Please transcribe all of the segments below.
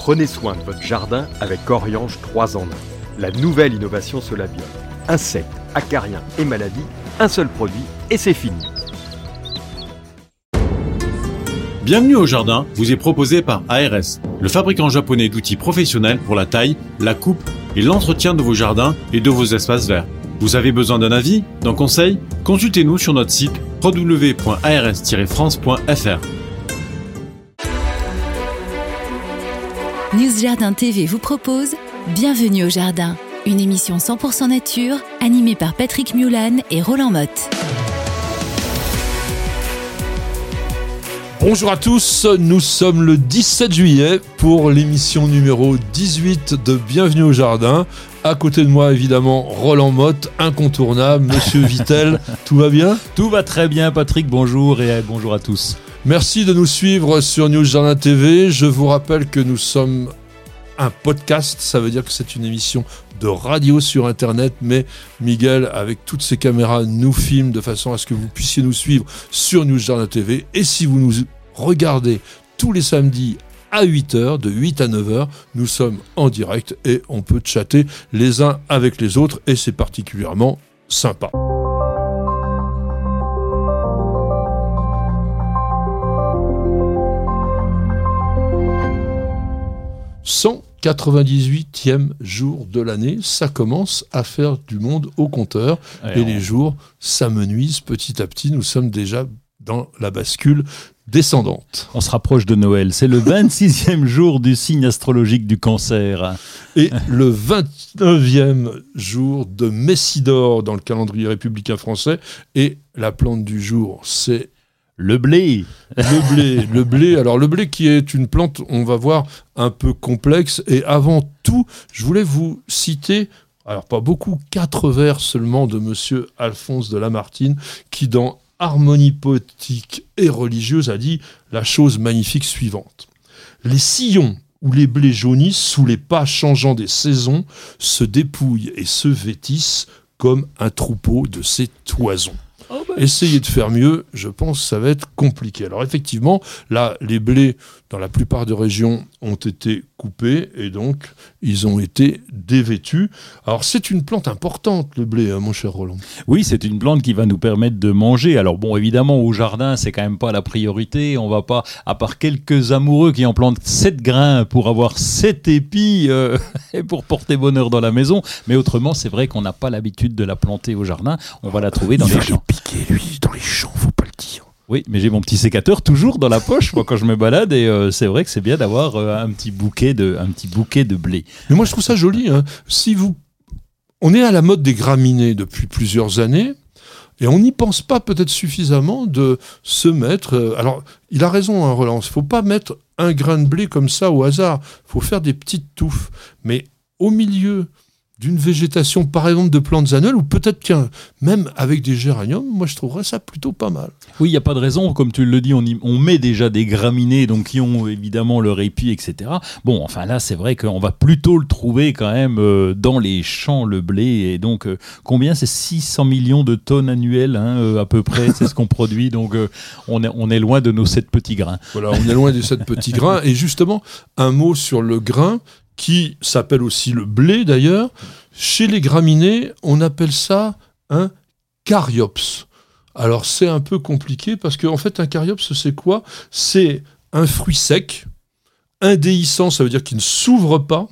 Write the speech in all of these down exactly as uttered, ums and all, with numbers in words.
Prenez soin de votre jardin avec Oriange trois en un. La nouvelle innovation Solabiol. Insectes, acariens et maladies, un seul produit et c'est fini. Bienvenue au jardin vous est proposé par A R S, le fabricant japonais d'outils professionnels pour la taille, la coupe et l'entretien de vos jardins et de vos espaces verts. Vous avez besoin d'un avis, d'un conseil? Consultez-nous sur notre site w w w point a r s tiret france point f r. News Jardin T V vous propose Bienvenue au Jardin, une émission cent pour cent nature animée par Patrick Mulan et Roland Motte. Bonjour à tous, nous sommes le dix-sept juillet pour l'émission numéro dix-huit de Bienvenue au Jardin. À côté de moi, évidemment, Roland Motte, incontournable, Monsieur Vittel, tout va bien ? Tout va très bien, Patrick, bonjour et bonjour à tous. Merci de nous suivre sur News Jardin T V. Je vous rappelle que nous sommes un podcast, ça veut dire que c'est une émission de radio sur Internet, mais Miguel, avec toutes ses caméras, nous filme de façon à ce que vous puissiez nous suivre sur News Jardin T V. Et si vous nous regardez tous les samedis à huit heures, de huit à neuf heures, nous sommes en direct et on peut chatter les uns avec les autres et c'est particulièrement sympa. cent quatre-vingt-dix-huitième jour de l'année, ça commence à faire du monde au compteur. Et, et on... les jours s'amenuisent petit à petit. Nous sommes déjà dans la bascule descendante. On se rapproche de Noël. C'est le vingt-sixième jour du signe astrologique du Cancer. Et le vingt-neuvième jour de Messidor dans le calendrier républicain français. Et la plante du jour, c'est... Le blé. Le blé, le blé. Alors le blé qui est une plante, on va voir, un peu complexe. Et avant tout, je voulais vous citer, alors pas beaucoup, quatre vers seulement de Monsieur Alphonse de Lamartine, qui dans Harmonie poétique et religieuse a dit la chose magnifique suivante. Les sillons où les blés jaunissent sous les pas changeants des saisons se dépouillent et se vêtissent comme un troupeau de ces toisons. Oh ben. Essayez de faire mieux, je pense que ça va être compliqué. Alors effectivement, là, les blés, dans la plupart des régions, ont été coupés et donc ils ont été dévêtus. Alors c'est une plante importante, le blé, hein, mon cher Roland. Oui, c'est une plante qui va nous permettre de manger. Alors bon, évidemment, au jardin, c'est quand même pas la priorité. On va pas, à part quelques amoureux qui en plantent sept grains pour avoir sept épis euh, et pour porter bonheur dans la maison. Mais autrement, c'est vrai qu'on n'a pas l'habitude de la planter au jardin. On va la trouver dans il les champs. Piquer, lui, dans les champs, faut pas le dire. Oui, mais j'ai mon petit sécateur toujours dans la poche, moi, quand je me balade, et euh, c'est vrai que c'est bien d'avoir euh, un petit bouquet de, un petit bouquet de blé. Mais moi, je trouve ça joli. Hein. Si vous, on est à la mode des graminées depuis plusieurs années, et on n'y pense pas peut-être suffisamment de se mettre. Euh, alors, il a raison, hein, Roland. Il faut pas mettre un grain de blé comme ça au hasard. Il faut faire des petites touffes, mais au milieu d'une végétation, par exemple, de plantes annuelles, ou peut-être qu'un, même avec des géraniums, moi je trouverais ça plutôt pas mal. Oui, il n'y a pas de raison, comme tu le dis, on, y, on met déjà des graminées, donc qui ont évidemment leur épi, et cetera. Bon, enfin là, c'est vrai qu'on va plutôt le trouver quand même euh, dans les champs, le blé, et donc euh, combien? C'est six cents millions de tonnes annuelles, hein, euh, à peu près, c'est ce qu'on produit, donc euh, on, est, on est loin de nos sept petits grains. Voilà, on est loin des sept petits grains, et justement, un mot sur le grain, qui s'appelle aussi le blé d'ailleurs. Chez les graminées, on appelle ça un caryops. Alors c'est un peu compliqué parce qu'en fait un caryops c'est quoi ? C'est un fruit sec, indéhiscent, ça veut dire qu'il ne s'ouvre pas,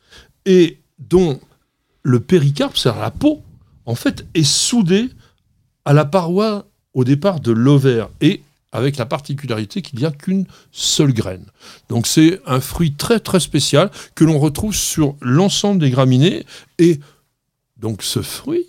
et dont le péricarpe, c'est-à-dire la peau, en fait est soudé à la paroi au départ de l'ovaire, et avec la particularité qu'il n'y a qu'une seule graine. Donc c'est un fruit très très spécial que l'on retrouve sur l'ensemble des graminées, et donc ce fruit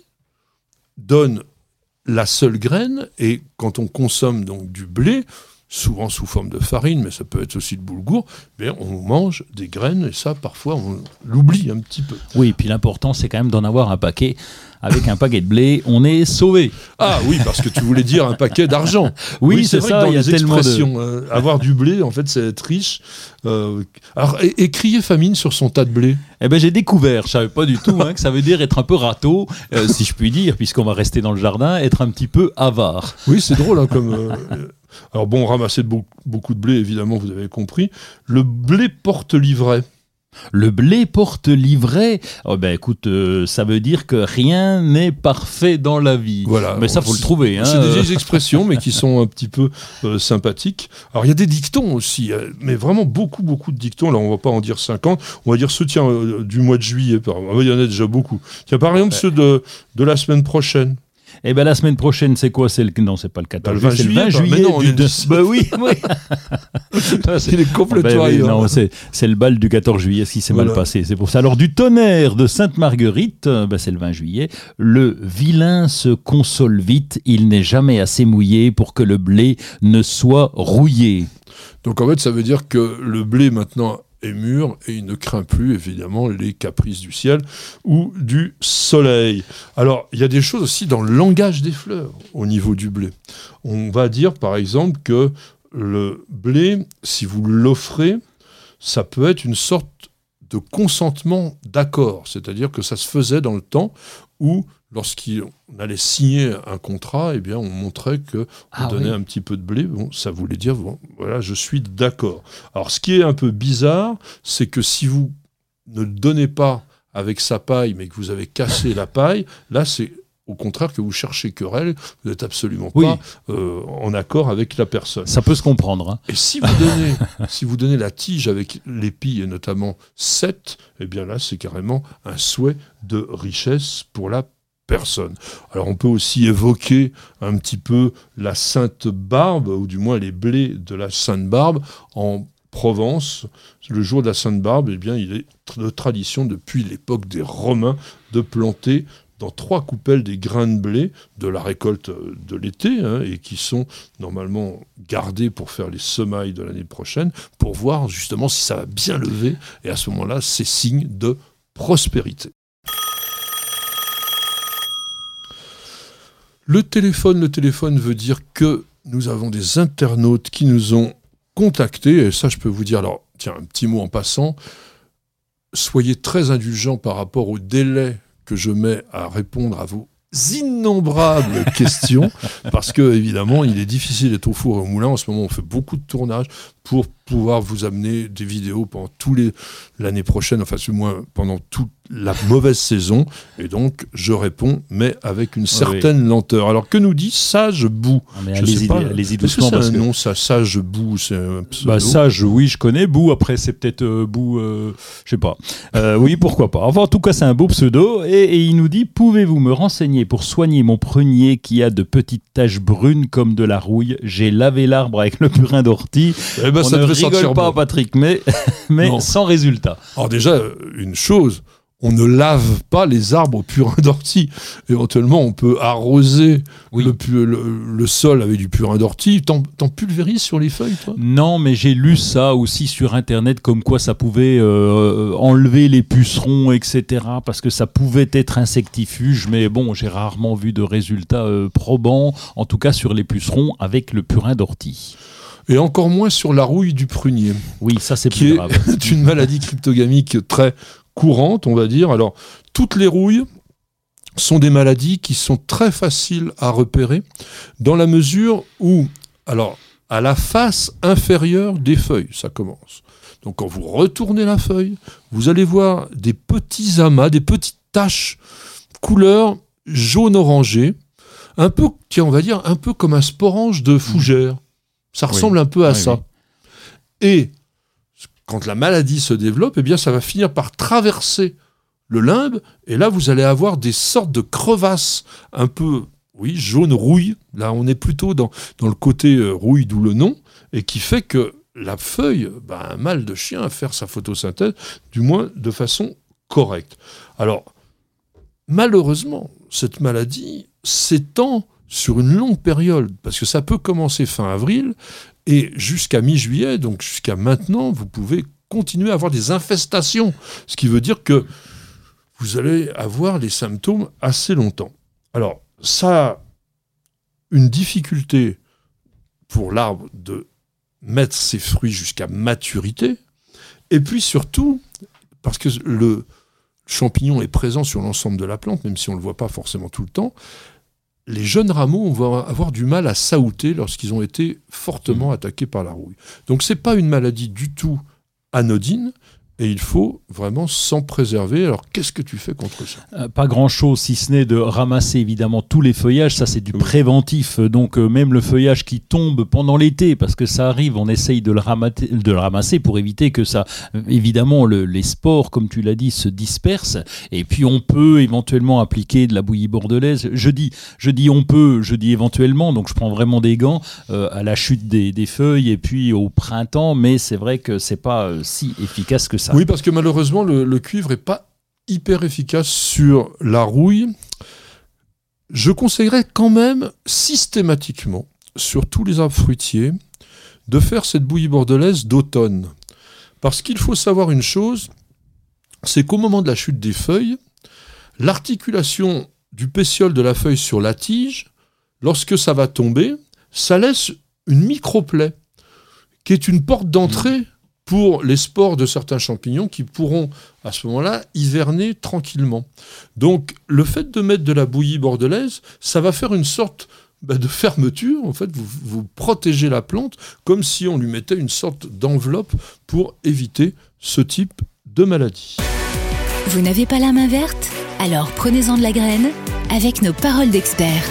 donne la seule graine, et quand on consomme donc du blé, souvent sous forme de farine, mais ça peut être aussi de boulgour, bien on mange des graines, et ça parfois on l'oublie un petit peu. Oui, et puis l'important c'est quand même d'en avoir un paquet. Avec un paquet de blé, on est sauvé. Ah oui, parce que tu voulais dire un paquet d'argent. Oui, oui c'est, c'est vrai ça, que dans il y a les tellement expressions, de... euh, avoir du blé, en fait, c'est être riche. Euh, alors, et, et crier famine sur son tas de blé. Eh ben, j'ai découvert, je savais pas du tout, hein, que ça veut dire être un peu râteau, euh, si je puis dire, puisqu'on va rester dans le jardin, être un petit peu avare. Oui, c'est drôle, hein, comme... Euh, alors bon, ramasser de beau, beaucoup de blé, évidemment, vous avez compris. Le blé porte livret. Le blé porte livret. Oh ben écoute, euh, ça veut dire que rien n'est parfait dans la vie. Voilà. Mais ça, faut le trouver. Hein. C'est des vieilles expressions, mais qui sont un petit peu euh, sympathiques. Alors, il y a des dictons aussi, euh, mais vraiment beaucoup, beaucoup de dictons. Là, on va pas en dire cinquante. On va dire ceux tiens, euh, du mois de juillet. Par... Il y en a déjà beaucoup. Tiens, par exemple, ouais. ceux de, de la semaine prochaine. Eh ben la semaine prochaine, c'est quoi? C'est le non, c'est pas le quatorze, bah, le c'est le vingt juillet. Mais non, du de... bah oui, oui. Il est complètement bah, oui, ailleurs. Non, c'est, c'est le bal du quatorze juillet, ce qui s'est voilà. mal passé. C'est pour ça. Alors du tonnerre de Sainte-Marguerite, bah, c'est le vingt juillet. Le vilain se console vite. Il n'est jamais assez mouillé pour que le blé ne soit rouillé. Donc en fait, ça veut dire que le blé maintenant est mûr et il ne craint plus évidemment les caprices du ciel ou du soleil. Alors il y a des choses aussi dans le langage des fleurs au niveau du blé. On va dire par exemple que le blé, si vous l'offrez, ça peut être une sorte de consentement d'accord, c'est-à-dire que ça se faisait dans le temps où lorsqu'on allait signer un contrat, eh bien, on montrait qu'on ah, donnait oui. un petit peu de blé. Bon, ça voulait dire, bon, voilà, je suis d'accord. Alors, ce qui est un peu bizarre, c'est que si vous ne le donnez pas avec sa paille, mais que vous avez cassé la paille, là, c'est au contraire que vous cherchez querelle, vous n'êtes absolument oui. pas euh, en accord avec la personne. Ça peut se comprendre. Hein. Et si vous donnez, si vous donnez la tige avec l'épi, et notamment sept, eh bien là, c'est carrément un souhait de richesse pour la personne. Alors on peut aussi évoquer un petit peu la Sainte Barbe, ou du moins les blés de la Sainte Barbe en Provence. Le jour de la Sainte Barbe, eh bien, il est de tradition depuis l'époque des Romains de planter dans trois coupelles des grains de blé de la récolte de l'été, hein, et qui sont normalement gardés pour faire les semailles de l'année prochaine, pour voir justement si ça va bien lever, et à ce moment-là, c'est signe de prospérité. Le téléphone, le téléphone veut dire que nous avons des internautes qui nous ont contactés, et ça je peux vous dire, alors tiens, un petit mot en passant, soyez très indulgents par rapport au délai que je mets à répondre à vos innombrables questions, parce que évidemment il est difficile d'être au four et au moulin. En ce moment on fait beaucoup de tournages pour pouvoir vous amener des vidéos pendant tous les l'année prochaine, enfin du moins pendant toute la mauvaise saison, et donc je réponds mais avec une certaine oui. lenteur. Alors que nous dit Sage Bou? Je allez-y, sais pas, allez-y doucement. C'est parce un que... nom, ça, Sage Bou, c'est un pseudo. Bah Sage, oui, je connais. Bou, après c'est peut-être euh, Bou, euh, je sais pas. Euh, oui, pourquoi pas. Enfin, en tout cas, c'est un beau pseudo, et, et il nous dit: pouvez-vous me renseigner pour soigner mon prunier qui a de petites taches brunes comme de la rouille? J'ai lavé l'arbre avec le purin d'ortie. Eh ben, on ça ne rigole pas, bon. Patrick, mais, mais sans résultat. Alors déjà, une chose, on ne lave pas les arbres au purin d'ortie. Éventuellement, on peut arroser oui. le, le, le sol avec du purin d'ortie. T'en, t'en pulvérises sur les feuilles, toi? Non, mais j'ai lu ça aussi sur Internet, comme quoi ça pouvait euh, enlever les pucerons, et cetera, parce que ça pouvait être insectifuge. Mais bon, j'ai rarement vu de résultats euh, probants, en tout cas sur les pucerons, avec le purin d'ortie. Et encore moins sur la rouille du prunier. Oui, ça c'est qui plus est grave. une maladie cryptogamique très courante, on va dire. Alors, toutes les rouilles sont des maladies qui sont très faciles à repérer, dans la mesure où, alors, à la face inférieure des feuilles, ça commence. Donc, quand vous retournez la feuille, vous allez voir des petits amas, des petites taches couleur jaune-orangé, un peu, tiens, on va dire, un peu comme un sporange de fougère. Ça ressemble oui. un peu à oui, ça. Oui. Et quand la maladie se développe, eh bien, ça va finir par traverser le limbe, et là, vous allez avoir des sortes de crevasses un peu, oui, jaune-rouille. Là, on est plutôt dans, dans le côté euh, rouille, d'où le nom, et qui fait que la feuille bah, a un mal de chien à faire sa photosynthèse, du moins de façon correcte. Alors, malheureusement, cette maladie s'étend sur une longue période, parce que ça peut commencer fin avril, et jusqu'à mi-juillet, donc jusqu'à maintenant, vous pouvez continuer à avoir des infestations, ce qui veut dire que vous allez avoir les symptômes assez longtemps. Alors, ça a une difficulté pour l'arbre de mettre ses fruits jusqu'à maturité, et puis surtout, parce que le champignon est présent sur l'ensemble de la plante, même si on ne le voit pas forcément tout le temps, les jeunes rameaux vont avoir du mal à s'aouter lorsqu'ils ont été fortement attaqués par la rouille. Donc ce n'est pas une maladie du tout anodine, et il faut vraiment s'en préserver. Alors, qu'est-ce que tu fais contre ça ? euh, Pas grand-chose, si ce n'est de ramasser évidemment tous les feuillages. Ça, c'est du Oui. préventif. Donc, euh, même le feuillage qui tombe pendant l'été, parce que ça arrive, on essaye de le, ramater, de le ramasser pour éviter que ça, euh, évidemment, le, les spores, comme tu l'as dit, se dispersent. Et puis, on peut éventuellement appliquer de la bouillie bordelaise. Je dis, je dis on peut, je dis éventuellement. Donc, je prends vraiment des gants euh, à la chute des, des feuilles et puis au printemps. Mais c'est vrai que c'est pas euh, si efficace que ça. Oui, parce que malheureusement, le, le cuivre n'est pas hyper efficace sur la rouille. Je conseillerais quand même systématiquement, sur tous les arbres fruitiers, de faire cette bouillie bordelaise d'automne. Parce qu'il faut savoir une chose, c'est qu'au moment de la chute des feuilles, l'articulation du pétiole de la feuille sur la tige, lorsque ça va tomber, ça laisse une micro-plaie, qui est une porte d'entrée pour les spores de certains champignons qui pourront, à ce moment-là, hiverner tranquillement. Donc, le fait de mettre de la bouillie bordelaise, ça va faire une sorte bah, de fermeture. En fait, vous, vous protégez la plante comme si on lui mettait une sorte d'enveloppe pour éviter ce type de maladie. Vous n'avez pas la main verte ? Alors prenez-en de la graine avec nos paroles d'experts.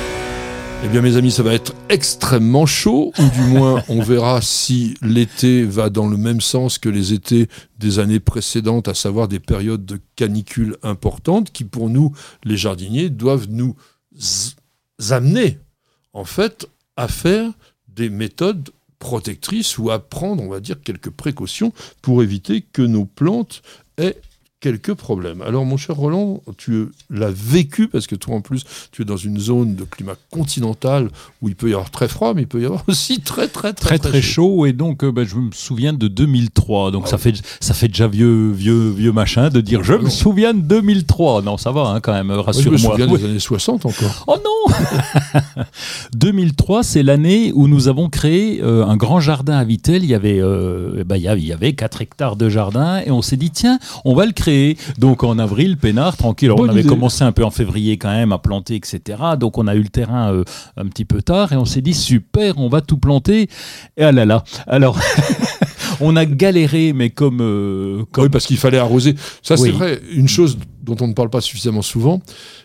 Eh bien, mes amis, ça va être extrêmement chaud, ou du moins, on verra si l'été va dans le même sens que les étés des années précédentes, à savoir des périodes de canicule importantes, qui, pour nous, les jardiniers, doivent nous z- amener, en fait, à faire des méthodes protectrices ou à prendre, on va dire, quelques précautions pour éviter que nos plantes aient quelques problèmes. Alors, mon cher Roland, tu l'as vécu, parce que toi, en plus, tu es dans une zone de climat continental où il peut y avoir très froid, mais il peut y avoir aussi très, très, très, Très très chaud, et donc euh, bah, je me souviens de deux mille trois, donc Ah ça oui. fait ça fait déjà vieux vieux vieux machin de dire je Ah me non. souviens de deux mille trois. Non, ça va hein, quand même, Moi, je me rassure-moi. souviens Oui. des années soixante encore. Oh non. deux mille trois, c'est l'année où nous avons créé euh, un grand jardin à Vittel. Il y avait euh, bah, il y avait- il y avait quatre hectares de jardin, et on s'est dit tiens, on va le créer. Donc en avril, peinard, tranquille. Alors, on Bonne avait idée. commencé un peu en février quand même à planter, et cetera. Donc on a eu le terrain euh, un petit peu tard, et on s'est dit super, on va tout planter. Et ah là là. Alors on a galéré, mais comme euh, comme Oui, parce qu'il fallait arroser. Ça, c'est Oui. vrai. Une chose dont on ne parle pas suffisamment souvent,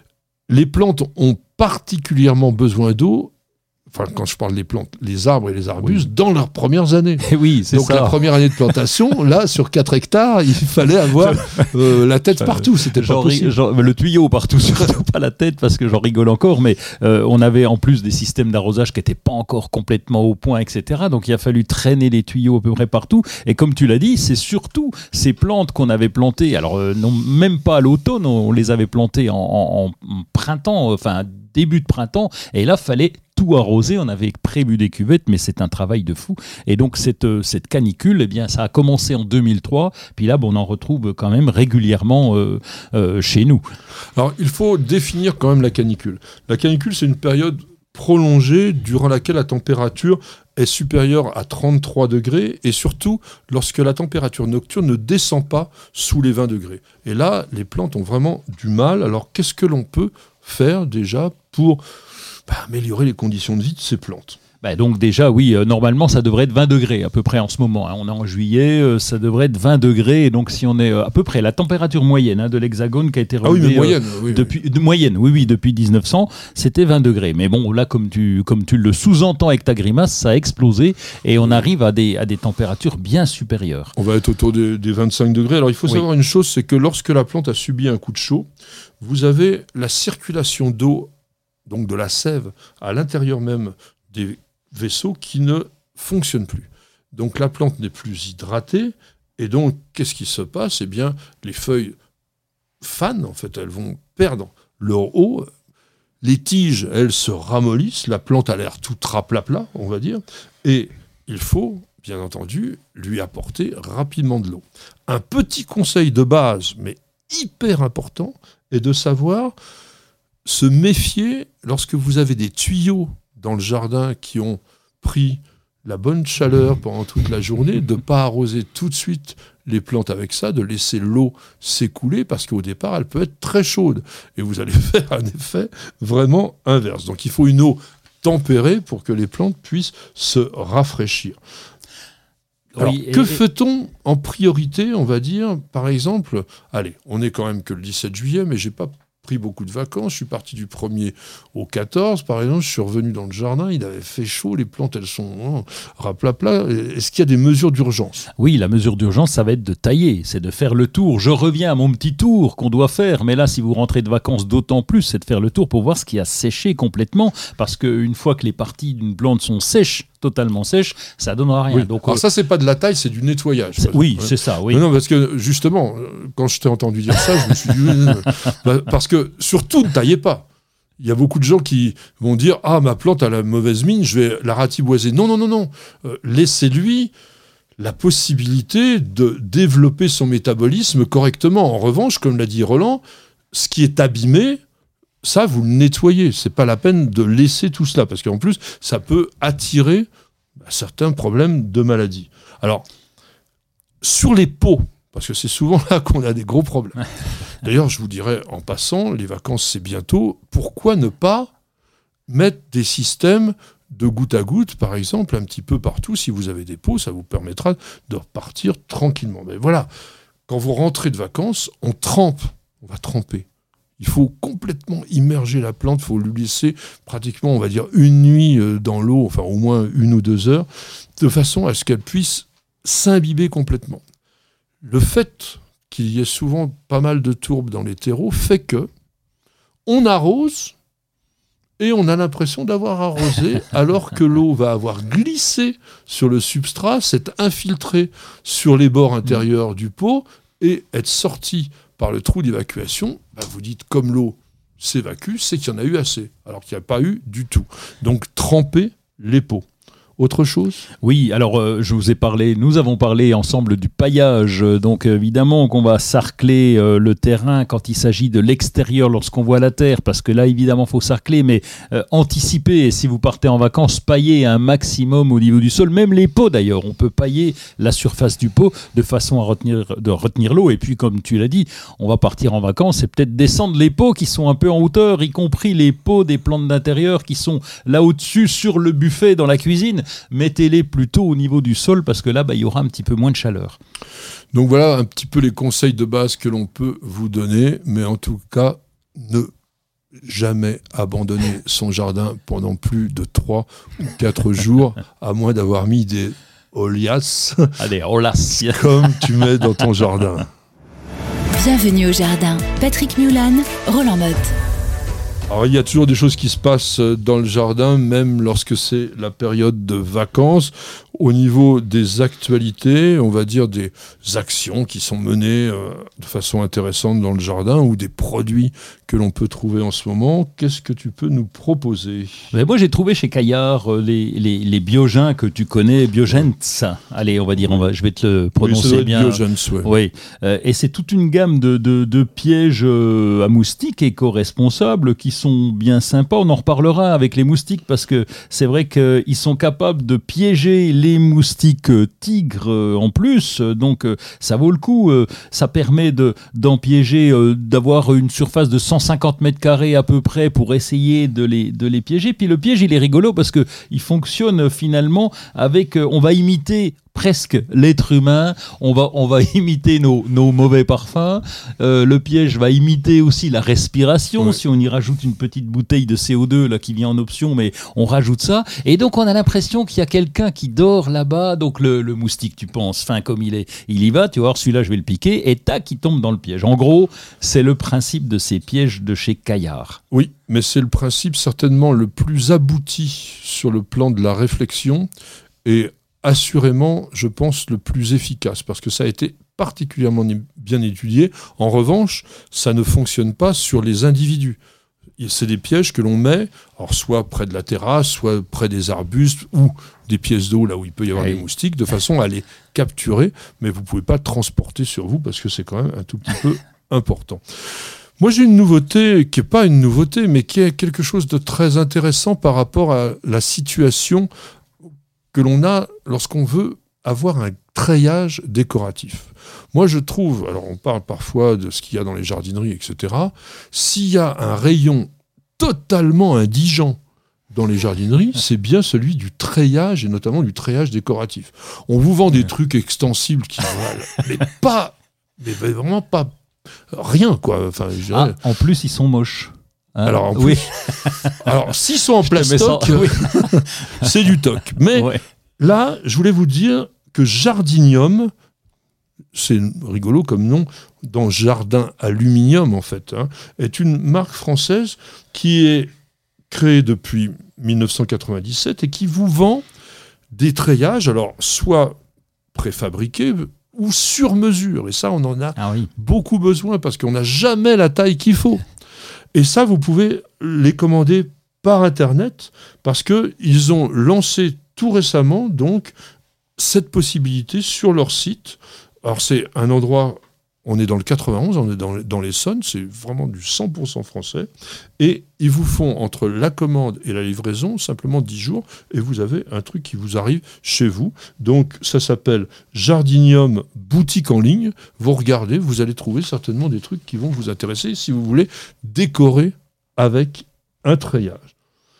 les plantes ont particulièrement besoin d'eau. Enfin, quand je parle des plantes, les arbres et les arbustes, dans leurs premières années. Eh oui, c'est Donc ça. la première année de plantation, là, sur quatre hectares, il fallait avoir euh, la tête partout. C'était pas J'en ri- possible. j'en- le tuyau partout, surtout pas la tête, parce que j'en rigole encore, mais euh, on avait en plus des systèmes d'arrosage qui n'étaient pas encore complètement au point, et cetera. Donc il a fallu traîner les tuyaux à peu près partout. Et comme tu l'as dit, c'est surtout ces plantes qu'on avait plantées, alors euh, non, même pas à l'automne, on les avait plantées en, en- en printemps, enfin début de printemps, et là, fallait tout arroser. On avait prévu des cuvettes, mais c'est un travail de fou. Et donc cette, euh, cette canicule, eh bien, ça a commencé en deux mille trois, puis là, bon, on en retrouve quand même régulièrement euh, euh, chez nous. Alors, il faut définir quand même la canicule. La canicule, c'est une période prolongée durant laquelle la température est supérieure à trente-trois degrés, et surtout lorsque la température nocturne ne descend pas sous les vingt degrés. Et là, les plantes ont vraiment du mal. Alors, qu'est-ce que l'on peut faire déjà pour bah, améliorer les conditions de vie de ces plantes ? Bah donc déjà, oui, euh, normalement, ça devrait être vingt degrés à peu près en ce moment, hein. On est en juillet, euh, ça devrait être vingt degrés. Et donc si on est euh, à peu près la température moyenne hein, de l'Hexagone qui a été Ah oui, relevée mais moyenne. euh, oui, oui. depuis de moyenne, oui, oui, depuis dix-neuf cents, c'était vingt degrés. Mais bon, là, comme tu comme tu le sous-entends avec ta grimace, ça a explosé et on arrive à des à des températures bien supérieures. On va être autour des, des vingt-cinq degrés. Alors, il faut Oui. savoir une chose, c'est que lorsque la plante a subi un coup de chaud, vous avez la circulation d'eau, donc de la sève, à l'intérieur même des vaisseaux qui ne fonctionnent plus. Donc, la plante n'est plus hydratée. Et donc, qu'est-ce qui se passe ? Eh bien, les feuilles fanent, en fait, elles vont perdre leur eau. Les tiges, elles se ramollissent. La plante a l'air tout traplapla, on va dire. Et il faut, bien entendu, lui apporter rapidement de l'eau. Un petit conseil de base, mais hyper important, est de savoir se méfier lorsque vous avez des tuyaux dans le jardin qui ont pris la bonne chaleur pendant toute la journée, de ne pas arroser tout de suite les plantes avec ça, de laisser l'eau s'écouler, parce qu'au départ, elle peut être très chaude. Et vous allez faire un effet vraiment inverse. Donc il faut une eau tempérée pour que les plantes puissent se rafraîchir. Alors, Oui, et- que et- fait-on en priorité, on va dire, par exemple, allez, on est quand même que le dix-sept juillet, mais j'ai pas pris beaucoup de vacances, je suis parti du premier au quatorze, par exemple, je suis revenu dans le jardin, il avait fait chaud, les plantes, elles sont oh, raplapla. Est-ce qu'il y a des mesures d'urgence ? Oui, la mesure d'urgence, ça va être de tailler, c'est de faire le tour. Je reviens à mon petit tour qu'on doit faire, mais là, si vous rentrez de vacances, d'autant plus, c'est de faire le tour pour voir ce qui a séché complètement, parce qu'une fois que les parties d'une plante sont sèches, totalement sèches, ça donnera rien. Oui. Donc, Alors euh, ça, c'est pas de la taille, c'est du nettoyage. c'est- oui, Ouais. c'est ça, oui. Non, non, parce que justement, euh, quand je t'ai entendu dire ça, je me suis dit, euh, bah, parce que surtout, ne taillez pas. Il y a beaucoup de gens qui vont dire, ah, ma plante a la mauvaise mine, je vais la ratiboiser. Non, non, non, non. Euh, laissez-lui la possibilité de développer son métabolisme correctement. En revanche, comme l'a dit Roland, ce qui est abîmé, ça, vous le nettoyez. C'est pas la peine de laisser tout cela, parce qu'en plus, ça peut attirer bah, certains problèmes de maladie. Alors, sur les pots, parce que c'est souvent là qu'on a des gros problèmes. D'ailleurs, je vous dirais, en passant, les vacances, c'est bientôt, pourquoi ne pas mettre des systèmes de goutte à goutte, par exemple, un petit peu partout. Si vous avez des pots, ça vous permettra de repartir tranquillement. Mais voilà, quand vous rentrez de vacances, on trempe, on va tremper. Il faut complètement immerger la plante, il faut lui laisser pratiquement, on va dire, une nuit dans l'eau, enfin au moins une ou deux heures, de façon à ce qu'elle puisse s'imbiber complètement. Le fait qu'il y ait souvent pas mal de tourbe dans les terreaux fait que on arrose et on a l'impression d'avoir arrosé alors que l'eau va avoir glissé sur le substrat, s'être infiltrée sur les bords intérieurs du pot et être sortie par le trou d'évacuation. Bah vous dites, comme l'eau s'évacue, c'est qu'il y en a eu assez, alors qu'il n'y a pas eu du tout. Donc tremper les pots. Autre chose ? Oui, alors euh, je vous ai parlé, nous avons parlé ensemble du paillage, euh, donc évidemment qu'on va sarcler euh, le terrain quand il s'agit de l'extérieur lorsqu'on voit la terre, parce que là évidemment il faut sarcler, mais euh, anticiper, et si vous partez en vacances, pailler un maximum au niveau du sol, même les pots d'ailleurs, on peut pailler la surface du pot de façon à retenir, de retenir l'eau, et puis comme tu l'as dit, on va partir en vacances et peut-être descendre les pots qui sont un peu en hauteur, y compris les pots des plantes d'intérieur qui sont là au-dessus sur le buffet dans la cuisine. Mettez-les plutôt au niveau du sol parce que là, bah, il y aura un petit peu moins de chaleur. Donc voilà un petit peu les conseils de base que l'on peut vous donner, mais en tout cas, ne jamais abandonner son jardin pendant plus de trois ou quatre jours, à moins d'avoir mis des olias Allez, holas. comme tu mets dans ton jardin. Bienvenue au jardin. Patrick Mulan, Roland Motte. Alors, il y a toujours des choses qui se passent dans le jardin, même lorsque c'est la période de vacances. Au niveau des actualités, on va dire des actions qui sont menées euh, de façon intéressante dans le jardin ou des produits que l'on peut trouver en ce moment. Qu'est-ce que tu peux nous proposer ? Mais moi, j'ai trouvé chez Caillard euh, les, les, les Biogens que tu connais, Biogens. Allez, on va dire, on va, je vais te le prononcer oui, ça doit être bien. Biogens, ouais. Oui, euh, et c'est toute une gamme de, de, de pièges euh, à moustiques éco-responsables qui sont bien sympas. On en reparlera avec les moustiques parce que c'est vrai qu'ils sont capables de piéger les moustiques euh, tigres euh, en plus. Donc euh, ça vaut le coup. Euh, ça permet de, d'en piéger, euh, d'avoir une surface de cent cinquante mètres carrés à peu près pour essayer de les, de les piéger. Puis le piège, il est rigolo parce qu'il fonctionne euh, finalement avec... Euh, on va imiter... presque l'être humain, on va, on va imiter nos, nos mauvais parfums, euh, le piège va imiter aussi la respiration, ouais. Si on y rajoute une petite bouteille de C O deux là, qui vient en option, mais on rajoute ça, et donc on a l'impression qu'il y a quelqu'un qui dort là-bas, donc le, le moustique, tu penses, fin comme il est, il y va, tu vas voir, celui-là je vais le piquer, et tac, il tombe dans le piège. En gros, c'est le principe de ces pièges de chez Caillard. Oui, mais c'est le principe certainement le plus abouti sur le plan de la réflexion, et assurément, je pense, le plus efficace, parce que ça a été particulièrement bien étudié. En revanche, ça ne fonctionne pas sur les individus. C'est des pièges que l'on met, alors soit près de la terrasse, soit près des arbustes, ou des pièces d'eau, là où il peut y avoir oui. des moustiques, de façon à les capturer, mais vous ne pouvez pas transporter sur vous, parce que c'est quand même un tout petit peu important. Moi, j'ai une nouveauté, qui n'est pas une nouveauté, mais qui est quelque chose de très intéressant par rapport à la situation que l'on a lorsqu'on veut avoir un treillage décoratif. Moi, je trouve, alors on parle parfois de ce qu'il y a dans les jardineries, et cetera. S'il y a un rayon totalement indigent dans les jardineries, c'est bien celui du treillage, et notamment du treillage décoratif. On vous vend des trucs extensibles qui valent, mais pas, mais vraiment pas rien, quoi. Enfin, je dirais... ah, en plus, ils sont moches. Hein, alors, en oui. plus, alors, s'ils sont en plastoc, oui. c'est du toc. Mais ouais. là, je voulais vous dire que Jardinium, c'est rigolo comme nom, dans Jardin Aluminium, en fait, hein, est une marque française qui est créée depuis dix-neuf cent quatre-vingt-dix-sept et qui vous vend des treillages, alors soit préfabriqués ou sur mesure. Et ça, on en a ah oui. beaucoup besoin parce qu'on n'a jamais la taille qu'il faut. Et ça, vous pouvez les commander par Internet parce qu'ils ont lancé tout récemment donc, cette possibilité sur leur site. Alors, c'est un endroit... On est dans le quatre-vingt-onze, on est dans, dans l'Essonne, c'est vraiment du cent pour cent français. Et ils vous font, entre la commande et la livraison, simplement dix jours, et vous avez un truc qui vous arrive chez vous. Donc, ça s'appelle Jardinium Boutique en ligne. Vous regardez, vous allez trouver certainement des trucs qui vont vous intéresser si vous voulez décorer avec un treillage.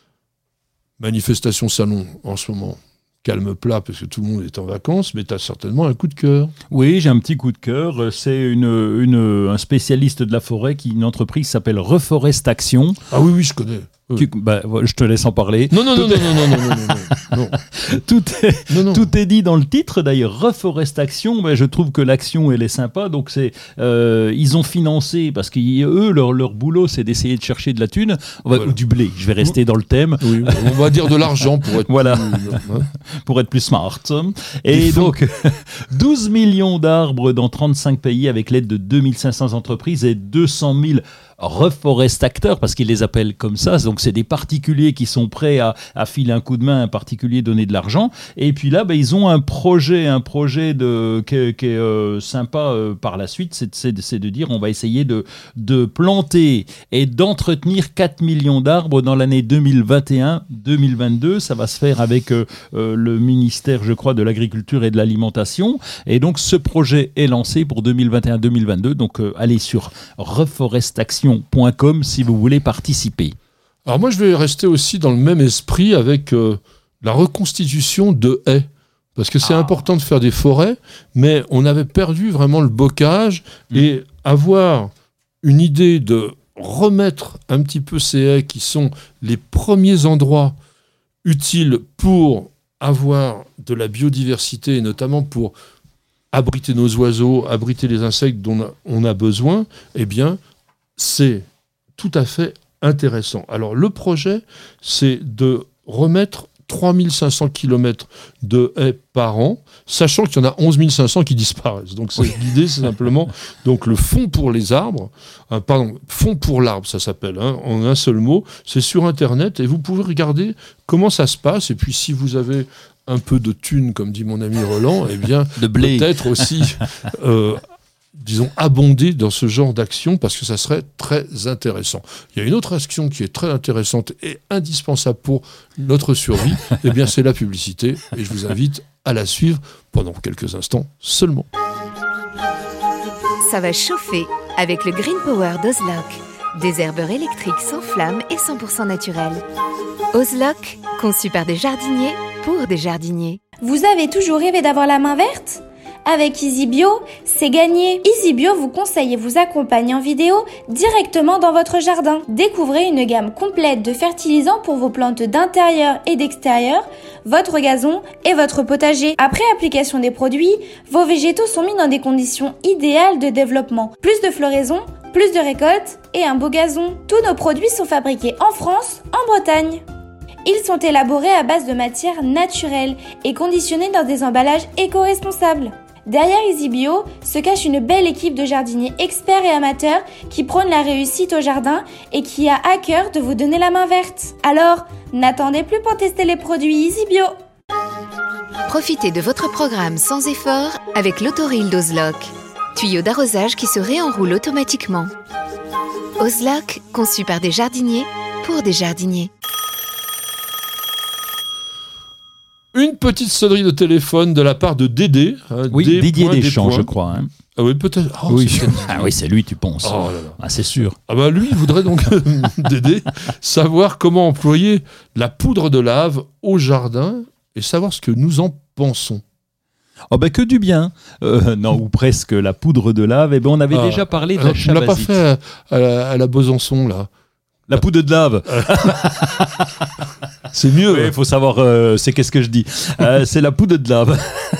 Manifestation salon en ce moment. Calme plat parce que tout le monde est en vacances, mais tu as certainement un coup de cœur. Oui, j'ai un petit coup de cœur. C'est une, une, un spécialiste de la forêt, qui, une entreprise qui s'appelle Reforestation. Ah oui, oui, je connais. Qui, bah, je te laisse en parler. Non, non, non, non, non, non, non, non, non, non. Tout est, non, non. tout est dit dans le titre. D'ailleurs, Reforestation, bah, je trouve que l'action, elle est sympa. Donc, c'est, euh, ils ont financé, parce qu'eux, leur, leur boulot, c'est d'essayer de chercher de la thune, voilà. Ou du blé. Je vais rester dans le thème. Oui, on va dire de l'argent pour être voilà. plus, hein. pour être plus smart. Et Il donc, douze millions d'arbres dans trente-cinq pays avec l'aide de deux mille cinq cents entreprises et deux cent mille reforestateurs, parce qu'ils les appellent comme ça. Donc, c'est des particuliers qui sont prêts à, à filer un coup de main à un particulier, donner de l'argent. Et puis là, bah, ils ont un projet, un projet de, qui est, qui est euh, sympa euh, par la suite. C'est, c'est, c'est de dire on va essayer de, de planter et d'entretenir quatre millions d'arbres dans l'année deux mille vingt et un deux mille vingt-deux. Ça va se faire avec euh, euh, le ministère, je crois, de l'Agriculture et de l'Alimentation. Et donc, ce projet est lancé pour deux mille vingt et un deux mille vingt-deux. Donc, euh, allez sur reforestation point com si vous voulez participer. Alors moi, je vais rester aussi dans le même esprit avec euh, la reconstitution de haies. Parce que c'est ah. important de faire des forêts, mais on avait perdu vraiment le bocage mmh. et avoir une idée de remettre un petit peu ces haies qui sont les premiers endroits utiles pour avoir de la biodiversité et notamment pour abriter nos oiseaux, abriter les insectes dont on a besoin, eh bien, c'est tout à fait intéressant. Alors, le projet, c'est de remettre trois mille cinq cents kilomètres de haies par an, sachant qu'il y en a onze mille cinq cents qui disparaissent. Donc, c'est, oui. l'idée, c'est simplement donc, le fonds pour les arbres, euh, pardon, fonds pour l'arbre, ça s'appelle, hein, en un seul mot. C'est sur Internet et vous pouvez regarder comment ça se passe. Et puis, si vous avez un peu de thunes, comme dit mon ami Roland, eh bien, de blé. Peut-être aussi... Euh, disons, abonder dans ce genre d'action parce que ça serait très intéressant. Il y a une autre action qui est très intéressante et indispensable pour notre survie, eh bien c'est la publicité et je vous invite à la suivre pendant quelques instants seulement. Ça va chauffer avec le Green Power d'Ozlock. Des herbeurs électriques sans flamme et cent pour cent naturels. Ozlock, conçu par des jardiniers pour des jardiniers. Vous avez toujours rêvé d'avoir la main verte ? Avec EasyBio, c'est gagné. EasyBio vous conseille et vous accompagne en vidéo directement dans votre jardin. Découvrez une gamme complète de fertilisants pour vos plantes d'intérieur et d'extérieur, votre gazon et votre potager. Après application des produits, vos végétaux sont mis dans des conditions idéales de développement. Plus de floraison, plus de récoltes et un beau gazon. Tous nos produits sont fabriqués en France, en Bretagne. Ils sont élaborés à base de matières naturelles et conditionnés dans des emballages éco-responsables. Derrière EasyBio se cache une belle équipe de jardiniers experts et amateurs qui prônent la réussite au jardin et qui a à cœur de vous donner la main verte. Alors, n'attendez plus pour tester les produits EasyBio. Profitez de votre programme sans effort avec l'autoril d'Ozlock. Tuyau d'arrosage qui se réenroule automatiquement. Ozlock, conçu par des jardiniers pour des jardiniers. Une petite sonnerie de téléphone de la part de Dédé. Hein, Oui, des Didier points, des Deschamps, points. je crois. Hein. Ah oui, peut-être. Oh, oui. c'est Ah oui, c'est lui, tu penses. Oh là là. Ah, c'est sûr. Ah bah lui, il voudrait donc, Dédé, savoir comment employer la poudre de lave au jardin et savoir ce que nous en pensons. Oh ben que du bien. Euh, non, ou presque la poudre de lave. Eh ben, on avait Ah. déjà parlé de Alors, la tu ne l'as pas chabazite. fait à, à la, à la Besançon, là. La poudre de lave. C'est mieux. Il hein. faut savoir, euh, c'est qu'est-ce que je dis. Euh, c'est la poudre de lave.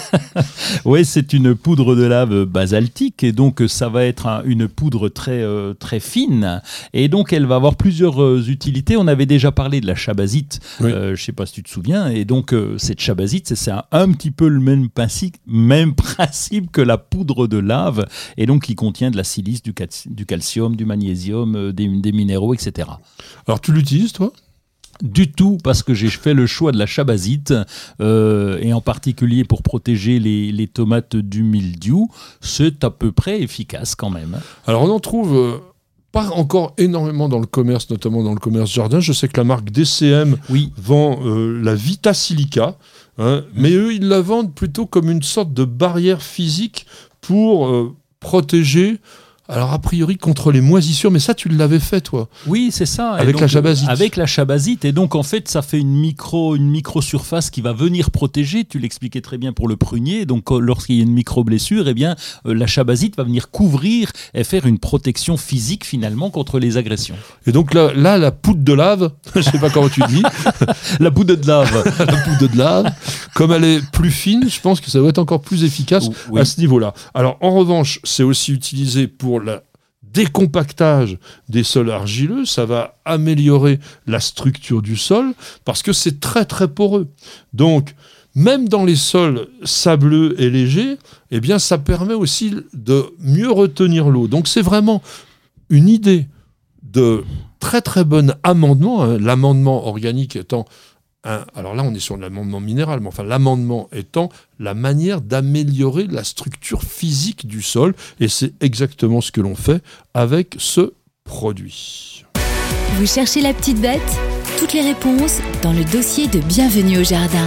Oui, c'est une poudre de lave basaltique et donc ça va être un- une poudre très, euh, très fine et donc elle va avoir plusieurs euh, utilités. On avait déjà parlé de la chabazite, Oui. euh, je ne sais pas si tu te souviens, et donc euh, cette chabazite, c'est, c'est un, un petit peu le même principe, même principe que la poudre de lave et donc qui contient de la silice, du, cal- du calcium, du magnésium, euh, des, des minéraux, et cetera. Alors, tu l'utilises, toi ? Du tout, parce que j'ai fait le choix de la chabazite, euh, et en particulier pour protéger les, les tomates du mildiou. C'est à peu près efficace quand même. Alors, on en trouve euh, pas encore énormément dans le commerce, notamment dans le commerce jardin. Je sais que la marque D C M Oui, vend euh, la Vita Silica, hein, mais eux, ils la vendent plutôt comme une sorte de barrière physique pour euh, protéger, alors a priori contre les moisissures, mais ça, tu l'avais fait, toi. oui, c'est ça. Et Avec donc, la chabazite. euh, Avec la chabazite. Et donc, en fait, ça fait une micro, une micro surface qui va venir protéger. Tu l'expliquais très bien pour le prunier. Donc, euh, lorsqu'il y a une micro blessure, eh bien, euh, la chabazite va venir couvrir et faire une protection physique finalement contre les agressions. Et donc là, là la poudre de lave, je sais pas comment tu dis, La poudre de lave. la poudre de lave, comme elle est plus fine, je pense que ça va être encore plus efficace Oui. à ce niveau-là. Alors, en revanche, c'est aussi utilisé pour le décompactage des sols argileux, ça va améliorer la structure du sol, parce que c'est très très poreux. Donc, même dans les sols sableux et légers, eh bien, ça permet aussi de mieux retenir l'eau. Donc, c'est vraiment une idée de très très bon amendement, hein, l'amendement organique étant un, alors là on est sur l'amendement minéral, mais enfin l'amendement étant la manière d'améliorer la structure physique du sol, et c'est exactement ce que l'on fait avec ce produit. Vous cherchez la petite bête ? Toutes les réponses dans le dossier de Bienvenue au Jardin.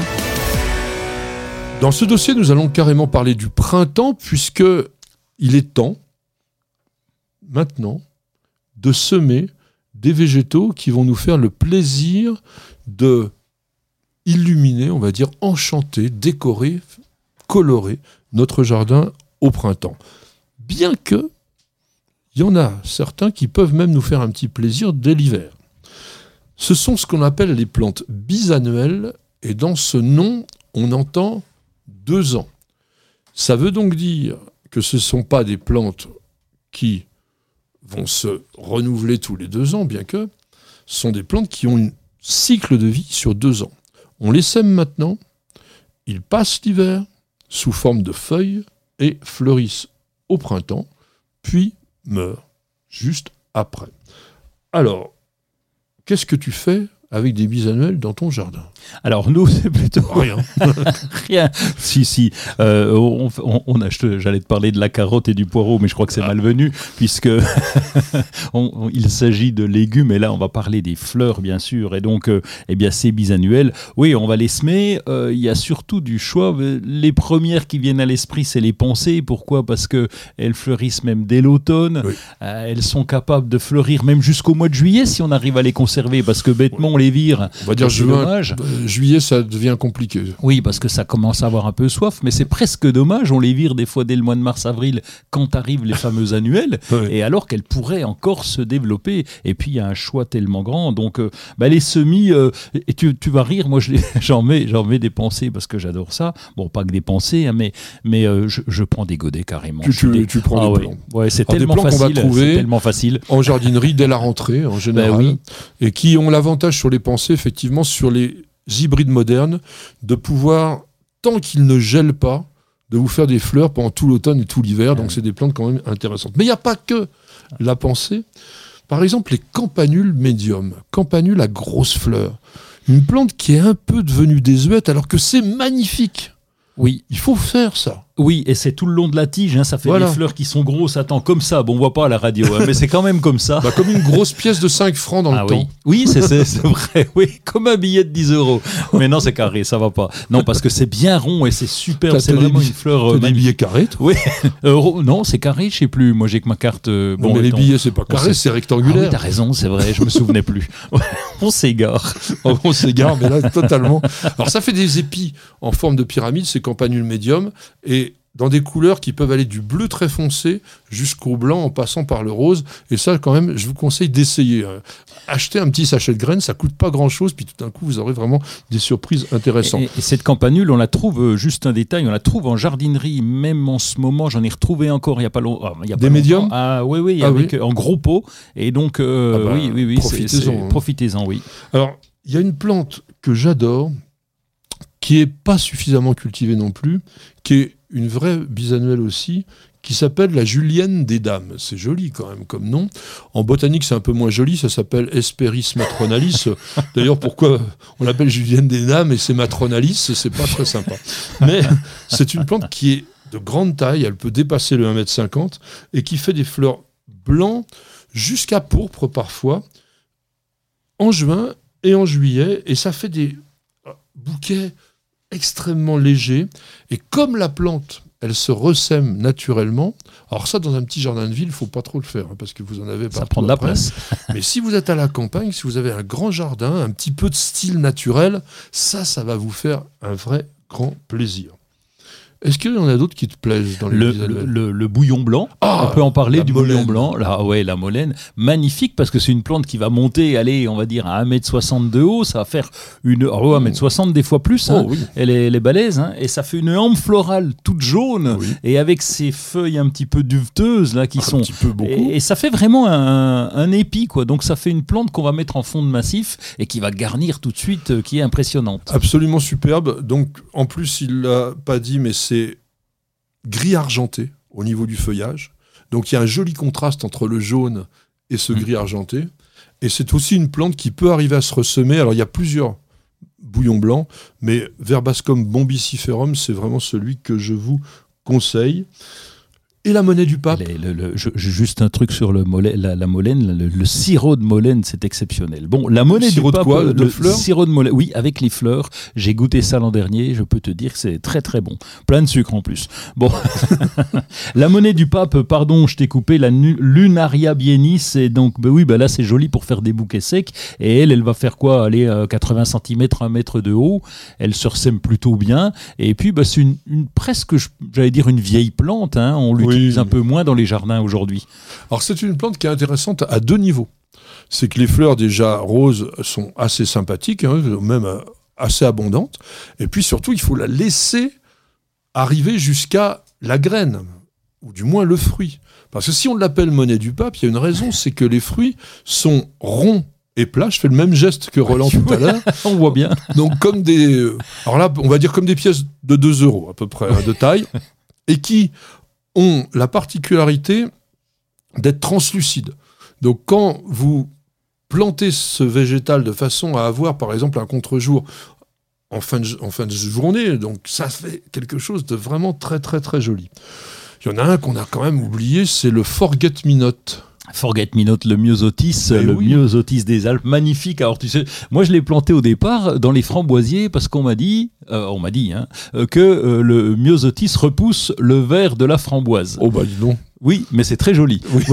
Dans ce dossier, nous allons carrément parler du printemps, puisque il est temps maintenant de semer des végétaux qui vont nous faire le plaisir de illuminer, on va dire enchanter, décorer, colorer notre jardin au printemps. Bien que il y en a certains qui peuvent même nous faire un petit plaisir dès l'hiver. Ce sont ce qu'on appelle les plantes bisannuelles, et dans ce nom, on entend deux ans. Ça veut donc dire que ce ne sont pas des plantes qui vont se renouveler tous les deux ans, bien que ce sont des plantes qui ont un cycle de vie sur deux ans. On les sème maintenant, ils passent l'hiver sous forme de feuilles et fleurissent au printemps, puis meurent juste après. Alors, qu'est-ce que tu fais avec des bisannuels dans ton jardin? Alors nous, c'est plutôt Rien. rien. Si, si. Euh, on, on, on a, j'allais te parler de la carotte et du poireau, mais je crois que c'est Ah. malvenu, puisque on, on, il s'agit de légumes, et là, on va parler des fleurs, bien sûr. Et donc, euh, eh bien, ces bisannuels, oui, on va les semer. Euh, il y a surtout du choix. Les premières qui viennent à l'esprit, c'est les pensées. Pourquoi ? Parce qu'elles fleurissent même dès l'automne. Oui. Euh, elles sont capables de fleurir même jusqu'au mois de juillet, si on arrive à les conserver, parce que bêtement, on les vire. On va dire C'est juin, dommage. euh, juillet, ça devient compliqué. Oui, parce que ça commence à avoir un peu soif, mais c'est presque dommage. On les vire des fois dès le mois de mars-avril quand arrivent les fameux annuels, Ouais. et alors qu'elles pourraient encore se développer. Et puis il y a un choix tellement grand. Donc euh, bah, les semis, euh, et tu, tu vas rire, moi je les- j'en mets, j'en mets des pensées parce que j'adore ça. Bon, pas que des pensées, hein, mais, mais euh, je, je prends des godets carrément. Tu- Je suis tu- des- tu prends ah, des ouais. plants. Ouais, c'est Alors, des tellement plants qu'on va facile. trouver- C'est tellement facile. En jardinerie dès la rentrée en général, Ben oui. et qui ont l'avantage sur les pensées, effectivement, sur les hybrides modernes, de pouvoir, tant qu'ils ne gèlent pas, de vous faire des fleurs pendant tout l'automne et tout l'hiver. Donc c'est des plantes quand même intéressantes. Mais il n'y a pas que la pensée. Par exemple, les campanules médium, campanules à grosses fleurs. Une plante qui est un peu devenue désuète alors que c'est magnifique. Oui. Il faut faire ça. Oui, et c'est tout le long de la tige, hein, ça fait Voilà. des fleurs qui sont grosses, attends, comme ça, bon on voit pas à la radio, hein, mais c'est quand même comme ça. Bah, comme une grosse pièce de cinq francs dans Ah le oui, temps. oui c'est, c'est, c'est vrai, oui, comme un billet de dix euros. Mais non, c'est carré, ça va pas. Non, parce que c'est bien rond et c'est superbe, T'as- c'est t'as vraiment des une fleur T'as euh, des magnifique. billets carrés, toi. Oui, Euro- non, c'est carré, je sais plus, moi j'ai que ma carte. euh, Non, bon, mais les attends. billets, c'est pas On carré, sait- c'est Ah oui, rectangulaire. t'as raison, c'est vrai, je me souvenais plus. Ouais, on s'égare. Oh, on s'égare, mais là, totalement. Alors, ça fait des épis en forme de pyramide, c'est campanule médium, et dans des couleurs qui peuvent aller du bleu très foncé jusqu'au blanc en passant par le rose. Et ça, quand même, je vous conseille d'essayer. hein. Achetez un petit sachet de graines, ça coûte pas grand-chose, puis tout d'un coup, vous aurez vraiment des surprises intéressantes. Et, et cette campanule, on la trouve, euh, juste un détail, on la trouve en jardinerie, même en ce moment, j'en ai retrouvé encore il n'y a pas longtemps. Ah, il y a pas Des longtemps. médiums Ah oui, oui, Ah avec, oui. en gros pot. Et donc, euh, Ah bah, oui, oui, oui, c'est- profitez-en, c'est- hein. profitez-en, oui. Alors, il y a une plante que j'adore, qui est pas suffisamment cultivée non plus, qui est une vraie bisannuelle aussi, qui s'appelle la julienne des dames. C'est joli quand même comme nom. En botanique, c'est un peu moins joli, ça s'appelle Hesperis matronalis. D'ailleurs, pourquoi on l'appelle julienne des dames et c'est matronalis, c'est pas très sympa. Mais c'est une plante qui est de grande taille, elle peut dépasser le un mètre cinquante et qui fait des fleurs blancs jusqu'à pourpre parfois, en juin et en juillet, et ça fait des bouquets extrêmement légers. Et comme la plante, elle se ressème naturellement, alors ça, dans un petit jardin de ville, il ne faut pas trop le faire, hein, parce que vous en avez Ça partout prend de la après. place. Mais si vous êtes à la campagne, si vous avez un grand jardin, un petit peu de style naturel, ça, ça va vous faire un vrai grand plaisir. Est-ce qu'il y en a d'autres qui te plaisent dans les Le, bisannuelles le, le- le bouillon blanc, Ah, on peut en parler la du molène. bouillon blanc. Là, ouais, la molène, magnifique parce que c'est une plante qui va monter, allez, on va dire à un mètre soixante de haut, ça va faire une oh, un mètre soixante des fois plus. Hein. Oh, oui. Elle est, elle est balèze, hein, et ça fait une hampe florale toute jaune Oui. et avec ses feuilles un petit peu duveteuses là qui Un sont. petit peu beaucoup. Et, et ça fait vraiment un, un épi, quoi. Donc ça fait une plante qu'on va mettre en fond de massif et qui va garnir tout de suite, euh, qui est impressionnante. Absolument superbe. Donc, en plus, il l'a pas dit, mais c'est gris argenté au niveau du feuillage. Donc, il y a un joli contraste entre le jaune et ce Mmh. gris argenté. Et c'est aussi une plante qui peut arriver à se ressemer. Alors, il y a plusieurs bouillons blancs, mais Verbascum bombiciferum, c'est vraiment celui que je vous conseille. Et la monnaie du pape. Les- le- le- je- je- juste un truc sur le molè- la, la molène, le, le sirop de molène, c'est exceptionnel. Bon, la monnaie Sirop du de pape, quoi, euh, de le fleurs sirop de molène, oui, avec les fleurs. J'ai goûté ça l'an dernier. Je peux te dire que c'est très très bon, plein de sucre en plus. Bon, la monnaie du pape, pardon, je t'ai coupé. La nu- Lunaria bienis, et donc, ben oui, ben là c'est joli pour faire des bouquets secs. Et elle, elle va faire quoi? Aller euh, quatre-vingts centimètres, un mètre de haut. Elle se ressème plutôt bien. Et puis, ben, c'est une, une presque, je- j'allais dire une vieille plante. Hein. On l'utilise Oui. un peu moins dans les jardins aujourd'hui. Alors, c'est une plante qui est intéressante à deux niveaux. C'est que les fleurs, déjà roses, sont assez sympathiques, hein, même euh, assez abondantes. Et puis surtout, il faut la laisser arriver jusqu'à la graine, ou du moins le fruit. Parce que si on l'appelle monnaie du pape, il y a une raison, c'est que les fruits sont ronds et plats. Je fais le même geste que Roland tout à l'heure. On voit bien. Donc, comme des. euh, Alors là, on va dire comme des pièces de deux euros, à peu près, hein, de taille, et qui ont la particularité d'être translucides. Donc, quand vous plantez ce végétal de façon à avoir, par exemple, un contre-jour en fin de, en fin de journée, donc ça fait quelque chose de vraiment très, très, très joli. Il y en a un qu'on a quand même oublié, c'est le Forget-Me-Not. Forget Me Not, le myosotis, Eh le oui. myosotis des Alpes, magnifique. Alors tu sais, moi je l'ai planté au départ dans les framboisiers parce qu'on m'a dit, euh, on m'a dit, hein, euh, que euh, le myosotis repousse le vert de la framboise. Oh, bah dis donc. Oui, mais c'est très joli. Oui.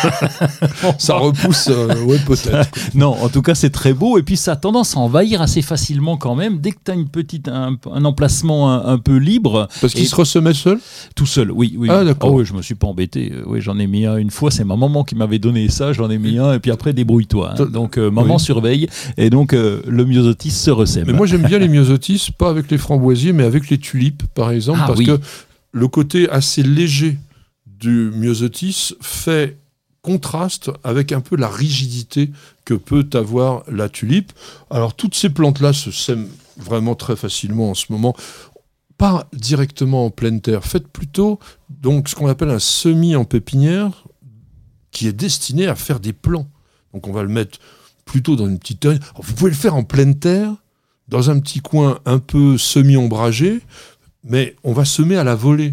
Ça repousse, euh, ouais, peut-être. Non, en tout cas c'est très beau et puis ça a tendance à envahir assez facilement quand même. Dès que tu as une petite, un, un emplacement un, un peu libre, Parce qu'il Et- se ressemait seul. tout seul, oui, oui. Ah, d'accord. Oh, oui, je me suis pas embêté. Euh, Oui, j'en ai mis un une fois. C'est ma maman qui m'avait donné ça. J'en ai mis un et puis après débrouille-toi. hein. Toi- Donc euh, maman Oui. surveille et donc euh, le myosotis se ressème. Mais moi, j'aime bien les myosotis, pas avec les framboisiers, mais avec les tulipes, par exemple, Ah, parce oui. que le côté assez léger du myosotis fait contraste avec un peu la rigidité que peut avoir la tulipe. Alors, toutes ces plantes-là se sèment vraiment très facilement en ce moment. Pas directement en pleine terre. Faites plutôt donc, ce qu'on appelle un semis en pépinière qui est destiné à faire des plants. Donc, on va le mettre plutôt dans une petite... Alors, vous pouvez le faire en pleine terre, dans un petit coin un peu semi-ombragé, mais on va semer à la volée.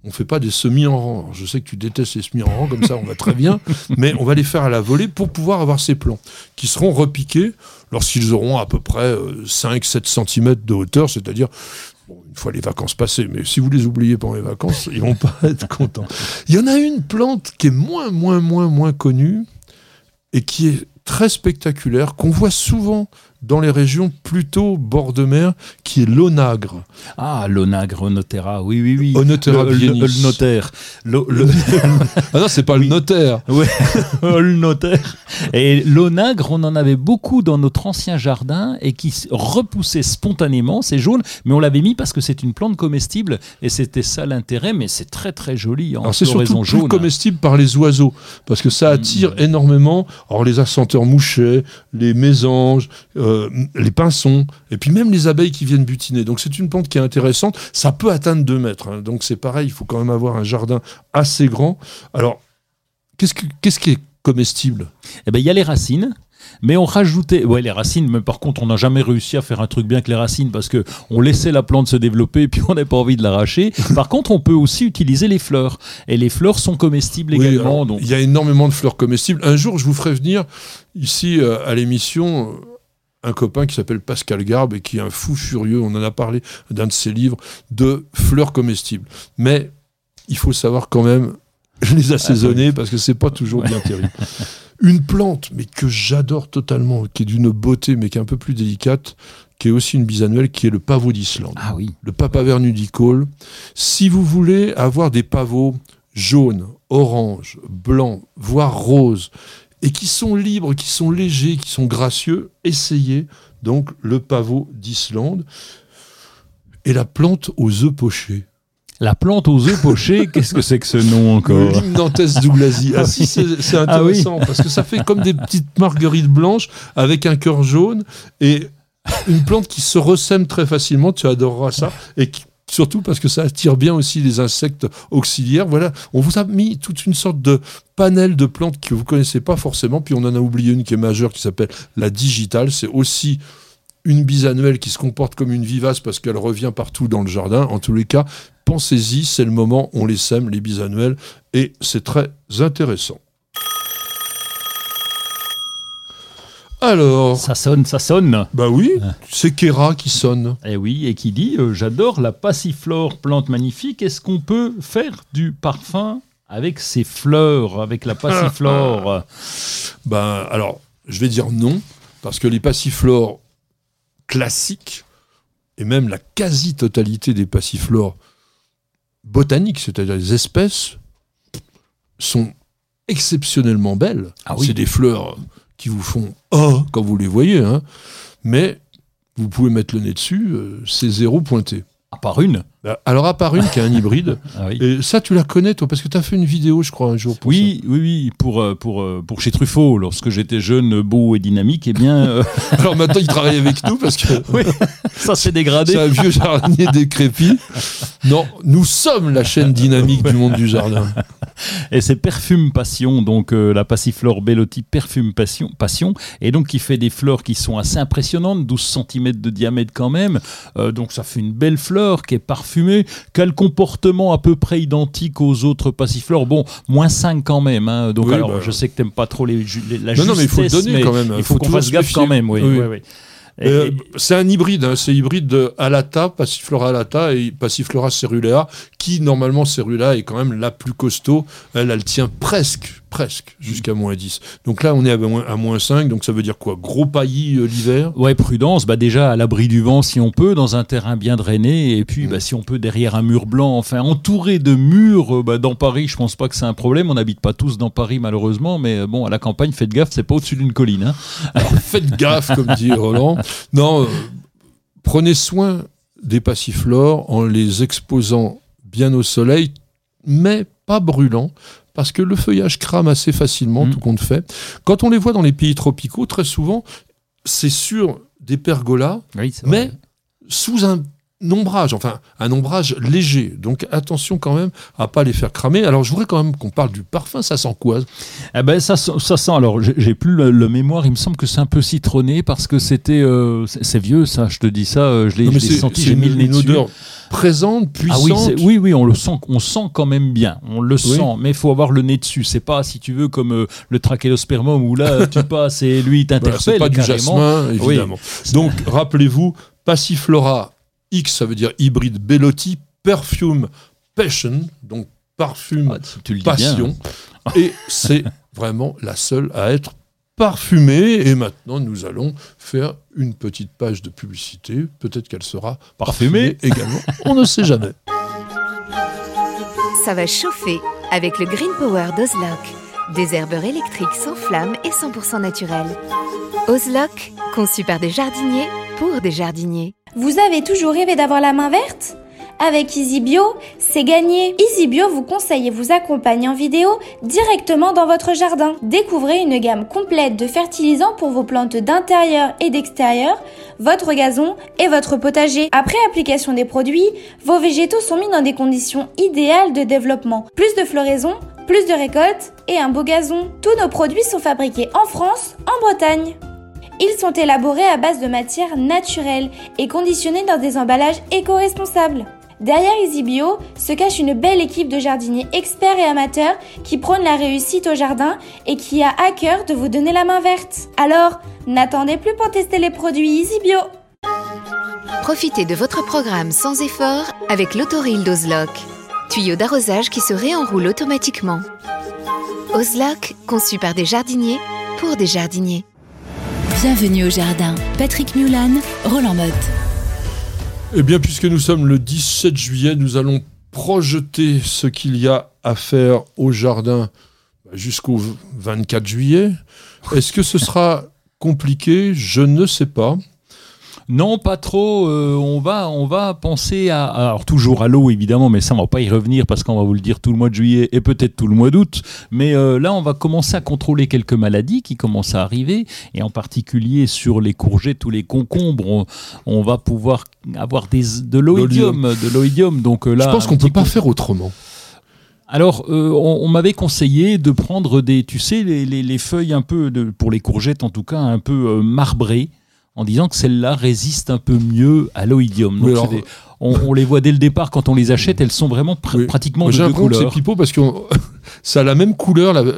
On ne fait pas des semis en rang. Alors, je sais que tu détestes les semis en rang, comme ça on va très bien, mais on va les faire à la volée pour pouvoir avoir ces plants qui seront repiqués lorsqu'ils auront à peu près cinq à sept centimètres de hauteur, c'est-à-dire bon, une fois les vacances passées, mais si vous les oubliez pendant les vacances, ils vont pas être contents. Il y en a une plante qui est moins, moins, moins, moins connue et qui est très spectaculaire, qu'on voit souvent dans les régions plutôt bord de mer, qui est l'onagre. Ah, l'onagre onotera, oui, oui, oui. Onotera le, bienis. le, le notaire. Le, le... ah non, c'est pas oui. le notaire. Oui, le notaire. Et l'onagre, on en avait beaucoup dans notre ancien jardin et qui repoussait spontanément. C'est jaune, mais on l'avait mis parce que c'est une plante comestible et c'était ça l'intérêt, mais c'est très très joli en Alors c'est surtout jaune. Plus comestible par les oiseaux parce que ça attire mmh. énormément. Alors les assenteurs mouchets, les mésanges, euh, les pinsons, et puis même les abeilles qui viennent butiner. Donc c'est une plante qui est intéressante. Ça peut atteindre deux mètres. Hein. Donc c'est pareil, il faut quand même avoir un jardin assez grand. Alors, qu'est-ce, que, qu'est-ce qui est comestible ? Eh ben, il y a les racines. Mais on rajoutait, ouais, les racines, mais par contre, on n'a jamais réussi à faire un truc bien avec les racines parce qu'on laissait la plante se développer et puis on n'avait pas envie de l'arracher. Par contre, on peut aussi utiliser les fleurs. Et les fleurs sont comestibles oui, également. Alors, donc. Il y a énormément de fleurs comestibles. Un jour, je vous ferai venir ici euh, à l'émission un copain qui s'appelle Pascal Garbe et qui est un fou furieux. On en a parlé d'un de ses livres de fleurs comestibles. Mais il faut savoir quand même les assaisonner parce que c'est pas toujours bien terrible. Une plante, mais que j'adore totalement, qui est d'une beauté, mais qui est un peu plus délicate, qui est aussi une bisannuelle, qui est le pavot d'Islande. Ah oui. Le Papaver nudicole. Si vous voulez avoir des pavots jaunes, oranges, blancs, voire roses, et qui sont libres, qui sont légers, qui sont gracieux, essayez donc le pavot d'Islande. Et la plante aux œufs pochés. La plante aux œufs pochés, qu'est-ce que c'est que ce nom encore ? Le Limnanthes douglasi. Ah si, c'est, c'est intéressant, ah oui. Parce que ça fait comme des petites marguerites blanches avec un cœur jaune et une plante qui se ressème très facilement, tu adoreras ça, et qui, surtout parce que ça attire bien aussi les insectes auxiliaires. Voilà, on vous a mis toute une sorte de panel de plantes que vous ne connaissez pas forcément, puis on en a oublié une qui est majeure qui s'appelle la digitale, c'est aussi une bisannuelle qui se comporte comme une vivace parce qu'elle revient partout dans le jardin. En tous les cas, pensez-y, c'est le moment, on les sème, les bisannuelles, et c'est très intéressant. Alors... Ça sonne, ça sonne. Bah oui, c'est Kéra qui sonne. Eh oui, et qui dit euh, « J'adore la passiflore, plante magnifique. Est-ce qu'on peut faire du parfum avec ces fleurs, avec la passiflore ?» Ben, alors, je vais dire non, parce que les passiflores classiques, et même la quasi-totalité des passiflores botaniques, c'est-à-dire les espèces, sont exceptionnellement belles. Ah oui. C'est des fleurs qui vous font « oh » quand vous les voyez, hein. Mais vous pouvez mettre le nez dessus, euh, c'est zéro pointé. À part une. Alors, à part une qui est un hybride. Ah oui. Et ça, tu la connais, toi, parce que tu as fait une vidéo, je crois, un jour. Pour oui, ça. oui, oui, pour, pour, pour chez Truffaut, lorsque j'étais jeune, beau et dynamique, eh bien... Euh... Alors maintenant, il travaille avec nous, parce que... oui, ça s'est dégradé. C'est un vieux jardinier décrépit. Non, nous sommes la chaîne dynamique du monde du jardin. Et c'est Perfume Passion, donc euh, la passiflore Bellotti Perfume Passion, Passion, et donc qui fait des fleurs qui sont assez impressionnantes, douze centimètres de diamètre quand même, euh, donc ça fait une belle fleur qui est parfumée, qui a le comportement à peu près identique aux autres passiflores, bon, moins cinq quand même, hein, donc oui, alors bah... je sais que t'aimes pas trop les, les, la non, justesse, non, mais il faut le donner quand même, il faut, faut qu'on fasse gaffe quand même, oui, oui. oui, oui. Et euh, c'est un hybride, hein, c'est hybride de Alata, Passiflora alata et Passiflora cerulea, qui normalement cerulea est quand même la plus costaud. Elle, elle tient presque, presque jusqu'à moins dix. Donc là, on est à moins, à moins cinq, donc ça veut dire quoi ? Gros paillis euh, l'hiver ? Ouais, prudence, bah déjà à l'abri du vent si on peut, dans un terrain bien drainé, et puis mmh. bah, si on peut derrière un mur blanc, enfin entouré de murs, bah, dans Paris, je pense pas que c'est un problème. On n'habite pas tous dans Paris malheureusement, mais bon, à la campagne, faites gaffe, c'est pas au-dessus d'une colline. Hein. Alors, faites gaffe, comme dit Roland. Non, euh, prenez soin des passiflores en les exposant bien au soleil, mais pas brûlant, parce que le feuillage crame assez facilement, mmh. tout compte fait. Quand on les voit dans les pays tropicaux, très souvent, c'est sur des pergolas, oui, c'est mais vrai. sous un ombrage, enfin un ombrage léger. Donc attention quand même à pas les faire cramer. Alors je voudrais quand même qu'on parle du parfum. Ça sent quoi? Eh ben ça, ça sent. Alors j'ai, j'ai plus le, le mémoire. Il me semble que c'est un peu citronné parce que c'était euh, c'est, c'est vieux ça. Je te dis ça. Euh, je l'ai, non, je l'ai c'est, senti. C'est j'ai une, mis le nez une dessus. odeur présente, puissante. Ah oui, c'est, oui, oui, on le sent. On sent quand même bien. On le oui. sent, mais il faut avoir le nez dessus. C'est pas, si tu veux, comme euh, le trachéospermum où là tu passes et lui il t'interpelle. Voilà, c'est pas carrément. du jasmin, évidemment. Oui. Donc rappelez-vous, Passiflora X, ça veut dire hybride Bellotti, Perfume Passion, donc parfum ah, tu, tu le dis passion, bien. Et c'est vraiment la seule à être parfumée. Et maintenant, nous allons faire une petite page de publicité. Peut-être qu'elle sera parfumée, parfumée également. On ne sait jamais. Ça va chauffer avec le Green Power d'Ozlock. Des herbeurs électriques sans flamme et cent pour cent naturels. Ozlock, conçu par des jardiniers pour des jardiniers. Vous avez toujours rêvé d'avoir la main verte? Avec EasyBio, c'est gagné. EasyBio vous conseille et vous accompagne en vidéo directement dans votre jardin. Découvrez une gamme complète de fertilisants pour vos plantes d'intérieur et d'extérieur, votre gazon et votre potager. Après application des produits, vos végétaux sont mis dans des conditions idéales de développement. Plus de floraison, plus de récoltes et un beau gazon. Tous nos produits sont fabriqués en France, en Bretagne. Ils sont élaborés à base de matières naturelles et conditionnés dans des emballages éco-responsables. Derrière EasyBio se cache une belle équipe de jardiniers experts et amateurs qui prônent la réussite au jardin et qui a à cœur de vous donner la main verte. Alors, n'attendez plus pour tester les produits EasyBio. Profitez de votre programme sans effort avec l'autoril d'Ozlock. Tuyau d'arrosage qui se réenroule automatiquement. Ozlock, conçu par des jardiniers pour des jardiniers. Bienvenue au jardin. Patrick Mulan, Roland Motte. Eh bien, puisque nous sommes le dix-sept juillet, nous allons projeter ce qu'il y a à faire au jardin jusqu'au vingt-quatre juillet. Est-ce que ce sera compliqué? Je ne sais pas. Non, pas trop. Euh, on va, on va penser à, alors toujours à l'eau évidemment, mais ça on va pas y revenir parce qu'on va vous le dire tout le mois de juillet et peut-être tout le mois d'août. Mais euh, là, on va commencer à contrôler quelques maladies qui commencent à arriver, et en particulier sur les courgettes ou les concombres, on, on va pouvoir avoir des, de l'oïdium, de l'oïdium. Donc là, je pense qu'on peut pas faire autrement. Alors, euh, on, on m'avait conseillé de prendre des, tu sais, les, les, les feuilles un peu de, pour les courgettes en tout cas, un peu euh, marbrées, en disant que celles-là résistent un peu mieux à l'oïdium. Donc, oui, alors, des, on, on les voit dès le départ quand on les achète, elles sont vraiment pr- oui. pratiquement Moi, de deux couleurs. J'ai l'impression que c'est pipeau parce que ça a la même couleur, la,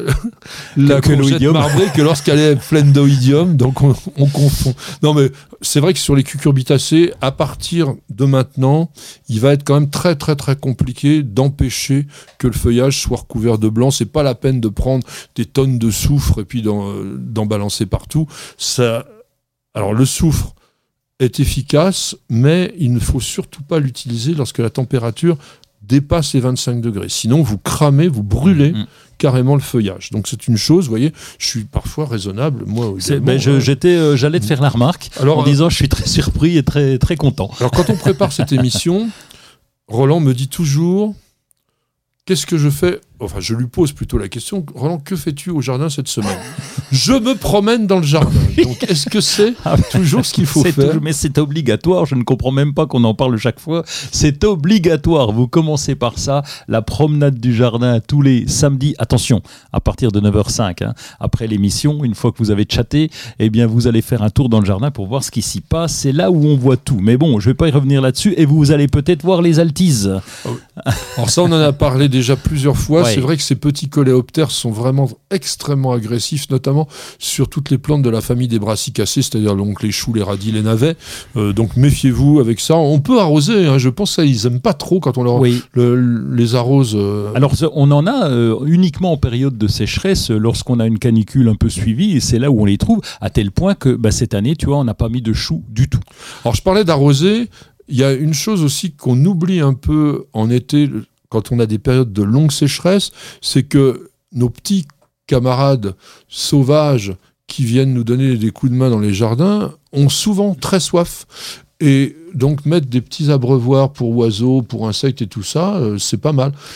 la que courgette marbrée, que lorsqu'elle est pleine d'oïdium, donc on, on confond. Non mais c'est vrai que sur les cucurbitacées, à partir de maintenant, il va être quand même très très très compliqué d'empêcher que le feuillage soit recouvert de blanc. C'est pas la peine de prendre des tonnes de soufre et puis d'en, d'en balancer partout. Ça... Alors le soufre est efficace, mais il ne faut surtout pas l'utiliser lorsque la température dépasse les vingt-cinq degrés. Sinon, vous cramez, vous brûlez mmh. carrément le feuillage. Donc c'est une chose, vous voyez, je suis parfois raisonnable, moi également. Ben, je, euh... j'étais, euh, j'allais te faire la remarque alors, en disant euh... je suis très surpris et très, très content. Alors quand on prépare cette émission, Roland me dit toujours... Qu'est-ce que je fais? Enfin, je lui pose plutôt la question. Roland, que fais-tu au jardin cette semaine? Je me promène dans le jardin. Donc, est-ce que c'est ah ben, toujours ce qu'il faut c'est faire? tout, Mais c'est obligatoire. Je ne comprends même pas qu'on en parle chaque fois. C'est obligatoire. Vous commencez par ça. La promenade du jardin tous les samedis. Attention, à partir de neuf heures cinq, hein, après l'émission, une fois que vous avez chatté, eh bien, vous allez faire un tour dans le jardin pour voir ce qui s'y passe. C'est là où on voit tout. Mais bon, je ne vais pas y revenir là-dessus. Et vous allez peut-être voir les altises. Oh oui. Alors ça, on en a parlé déjà plusieurs fois. Ouais. C'est vrai que ces petits coléoptères sont vraiment extrêmement agressifs, notamment sur toutes les plantes de la famille des brassicacées, c'est-à-dire donc les choux, les radis, les navets. Euh, donc méfiez-vous avec ça. On peut arroser, hein, je pense qu'ils n'aiment pas trop quand on leur, oui. le, les arrose. Euh... Alors on en a euh, uniquement en période de sécheresse, lorsqu'on a une canicule un peu suivie, et c'est là où on les trouve, à tel point que bah, cette année, tu vois, on n'a pas mis de choux du tout. Alors je parlais d'arroser, il y a une chose aussi qu'on oublie un peu en été, quand on a des périodes de longue sécheresse, c'est que nos petits camarades sauvages qui viennent nous donner des coups de main dans les jardins ont souvent très soif. Et donc mettre des petits abreuvoirs pour oiseaux, pour insectes et tout ça, euh, c'est pas mal.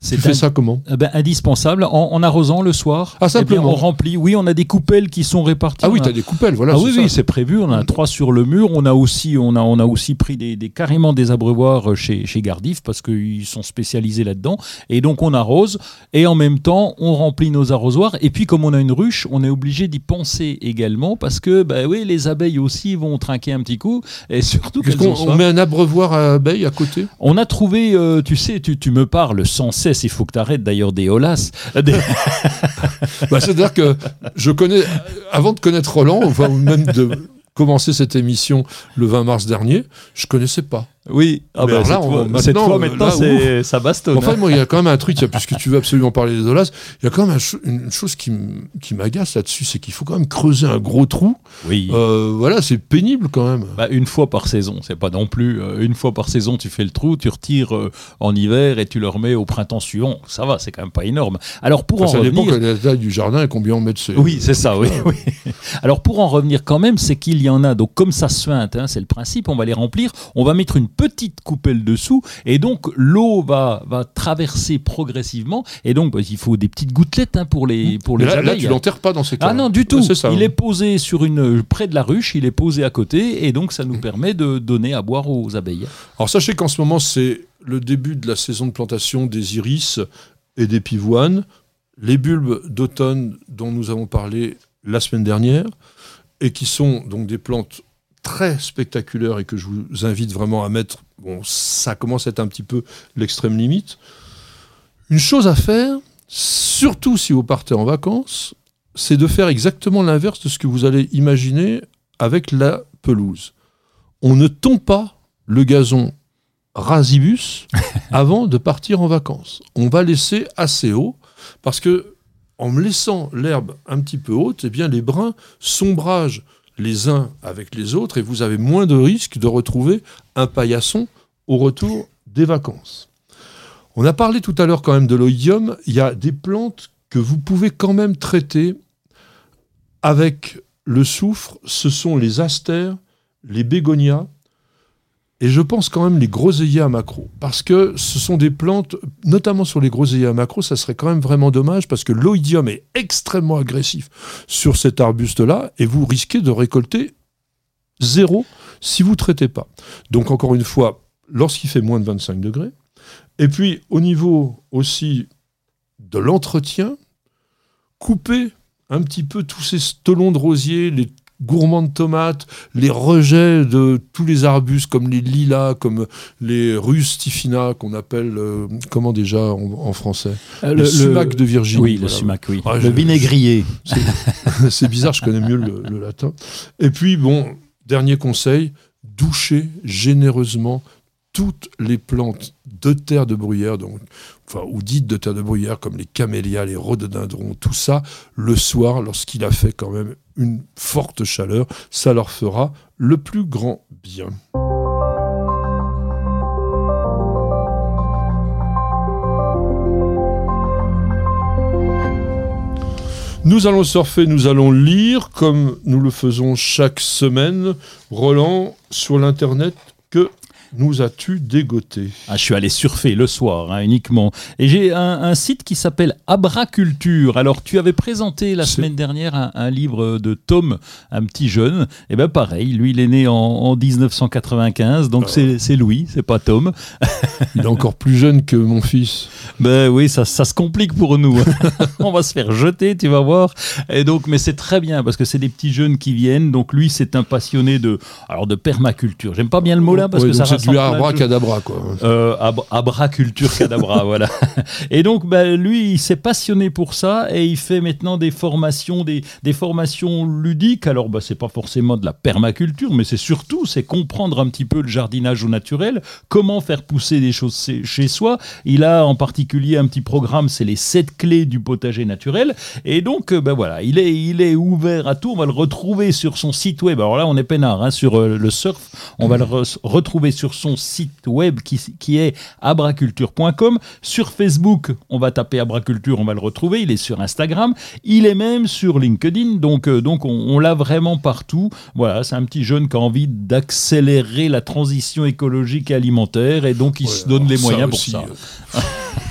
C'est tu fais un- ça comment? Eh ben, indispensable, en, en arrosant le soir. Ah, simplement. Eh bien, on remplit. Oui, on a des coupelles qui sont réparties. Ah oui, On a- tu as des coupelles, voilà. ah c'est oui, ça. oui, c'est prévu. On en a trois sur le mur. On a aussi, on a, on a aussi pris des, des, carrément des abreuvoirs chez, chez Gardif parce qu'ils sont spécialisés là-dedans. Et donc, on arrose et en même temps, on remplit nos arrosoirs. Et puis, comme on a une ruche, on est obligé d'y penser également parce que, bah oui, les abeilles aussi vont trinquer un petit coup. Et surtout Qu'est-ce qu'elles qu'on ont on soif. met un abreuvoir à abeilles à côté? On a trouvé, euh, tu sais, tu, tu me parles sans cesse. Il faut que tu arrêtes d'ailleurs des holas. Des- Bah, c'est-à-dire que je connais, avant de connaître Roland, enfin, ou même de commencer cette émission le vingt mars dernier, je connaissais pas. Oui, ah Mais bah, alors là, cette, on- fois, maintenant, cette fois, euh, maintenant, là, c'est, ça bastonne. Enfin, hein. moi, il y a quand même un truc, puisque tu veux absolument parler des dollars, il y a quand même un cho- une chose qui m- qui m'agace là-dessus, c'est qu'il faut quand même creuser un gros trou. Oui. Euh, voilà, c'est pénible quand même. Bah, une fois par saison, c'est pas non plus euh, une fois par saison tu fais le trou, tu retires euh, en hiver et tu le remets au printemps suivant. Ça va, c'est quand même pas énorme. Alors pour Enfin, en ça dépend revenir, de la taille du jardin et combien on met de ces... oui, c'est ça, oui, oui. Alors pour en revenir quand même, c'est qu'il y en a. Donc comme ça se suinte, hein, c'est le principe, on va les remplir. On va mettre une petite coupelle dessous et donc l'eau va va traverser progressivement et donc bah, il faut des petites gouttelettes hein, pour les pour Mais les là, là, abeilles. tu l'enterres pas dans ces cas. Ah non, du tout. Ouais, c'est ça. Il est posé sur une près de la ruche, il est posé à côté et donc ça nous permet de donner à boire aux abeilles. Alors sachez qu'en ce moment, c'est le début de la saison de plantation des iris et des pivoines, les bulbes d'automne dont nous avons parlé la semaine dernière, et qui sont donc des plantes très spectaculaires et que je vous invite vraiment à mettre. Bon, ça commence à être un petit peu l'extrême limite. Une chose à faire, surtout si vous partez en vacances, c'est de faire exactement l'inverse de ce que vous allez imaginer avec la pelouse. On ne tombe pas le gazon rasibus avant de partir en vacances. On va laisser assez haut parce que en me laissant l'herbe un petit peu haute, eh bien les brins s'ombragent les uns avec les autres et vous avez moins de risques de retrouver un paillasson au retour des vacances. On a parlé tout à l'heure quand même de l'oïdium. Il y a des plantes que vous pouvez quand même traiter avec le soufre. Ce sont les astères, les bégonias, et je pense quand même les groseilliers à macro. Parce que ce sont des plantes, notamment sur les groseilliers à macro, ça serait quand même vraiment dommage parce que l'oïdium est extrêmement agressif sur cet arbuste-là et vous risquez de récolter zéro si vous ne traitez pas. Donc encore une fois, lorsqu'il fait moins de vingt-cinq degrés, et puis au niveau aussi de l'entretien, coupez un petit peu tous ces stolons de rosier, les gourmands de tomates, les rejets de tous les arbustes comme les lilas, comme les rustifina qu'on appelle, euh, comment déjà en, en français Euh, Le, le- sumac le- de Virginie. Oui, le voilà. sumac, oui. Ah, le je- vinaigrier. C'est, c'est bizarre, je connais mieux le, le latin. Et puis, bon, dernier conseil, douchez généreusement toutes les plantes de terre de bruyère, donc, enfin, ou dites de terre de bruyère, comme les camélias, les rhododendrons, tout ça, le soir, lorsqu'il a fait quand même une forte chaleur, ça leur fera le plus grand bien. Nous allons surfer, nous allons lire, comme nous le faisons chaque semaine. Roland, sur l'Internet, que nous as-tu dégoté? Ah, je suis allé surfer le soir, hein, uniquement. Et j'ai un, un site qui s'appelle Abraculture. Alors, tu avais présenté la C'est- semaine dernière un, un livre de Tom, un petit jeune. Et bien, pareil, lui, il est né en, en dix-neuf cent quatre-vingt-quinze, donc Ah. c'est, c'est Louis, c'est pas Tom. Il est encore plus jeune que mon fils. Ben oui, ça, ça se complique pour nous. On va se faire jeter, tu vas voir. Et donc, mais c'est très bien parce que c'est des petits jeunes qui viennent. Donc lui, c'est un passionné de, alors de permaculture. J'aime pas bien le mot là parce Ouais, que donc ça c'est du rassemble plein de choses. abracadabra, quoi. Euh, ab- abraculture cadabra, voilà. Et donc, ben, lui, il s'est passionné pour ça et il fait maintenant des formations, des, des formations ludiques. Alors, ben, c'est pas forcément de la permaculture, mais c'est surtout, c'est comprendre un petit peu le jardinage au naturel, comment faire pousser des choses chez- chez soi. Il a en particulier un petit programme, c'est les sept clés du potager naturel. Et donc, euh, ben voilà, il est, il est ouvert à tout. On va le retrouver sur son site web. Alors là, on est peinard hein, sur euh, le surf. On va le re- retrouver sur son site web qui, qui est abraculture point com. Sur Facebook, on va taper Abraculture, on va le retrouver. Il est sur Instagram. Il est même sur LinkedIn. Donc, euh, donc on, on l'a vraiment partout. Voilà, c'est un petit jeune qui a envie d'accélérer la transition écologique et alimentaire. Et donc, il Ouais, se donne les alors, moyens aussi, pour ça. euh,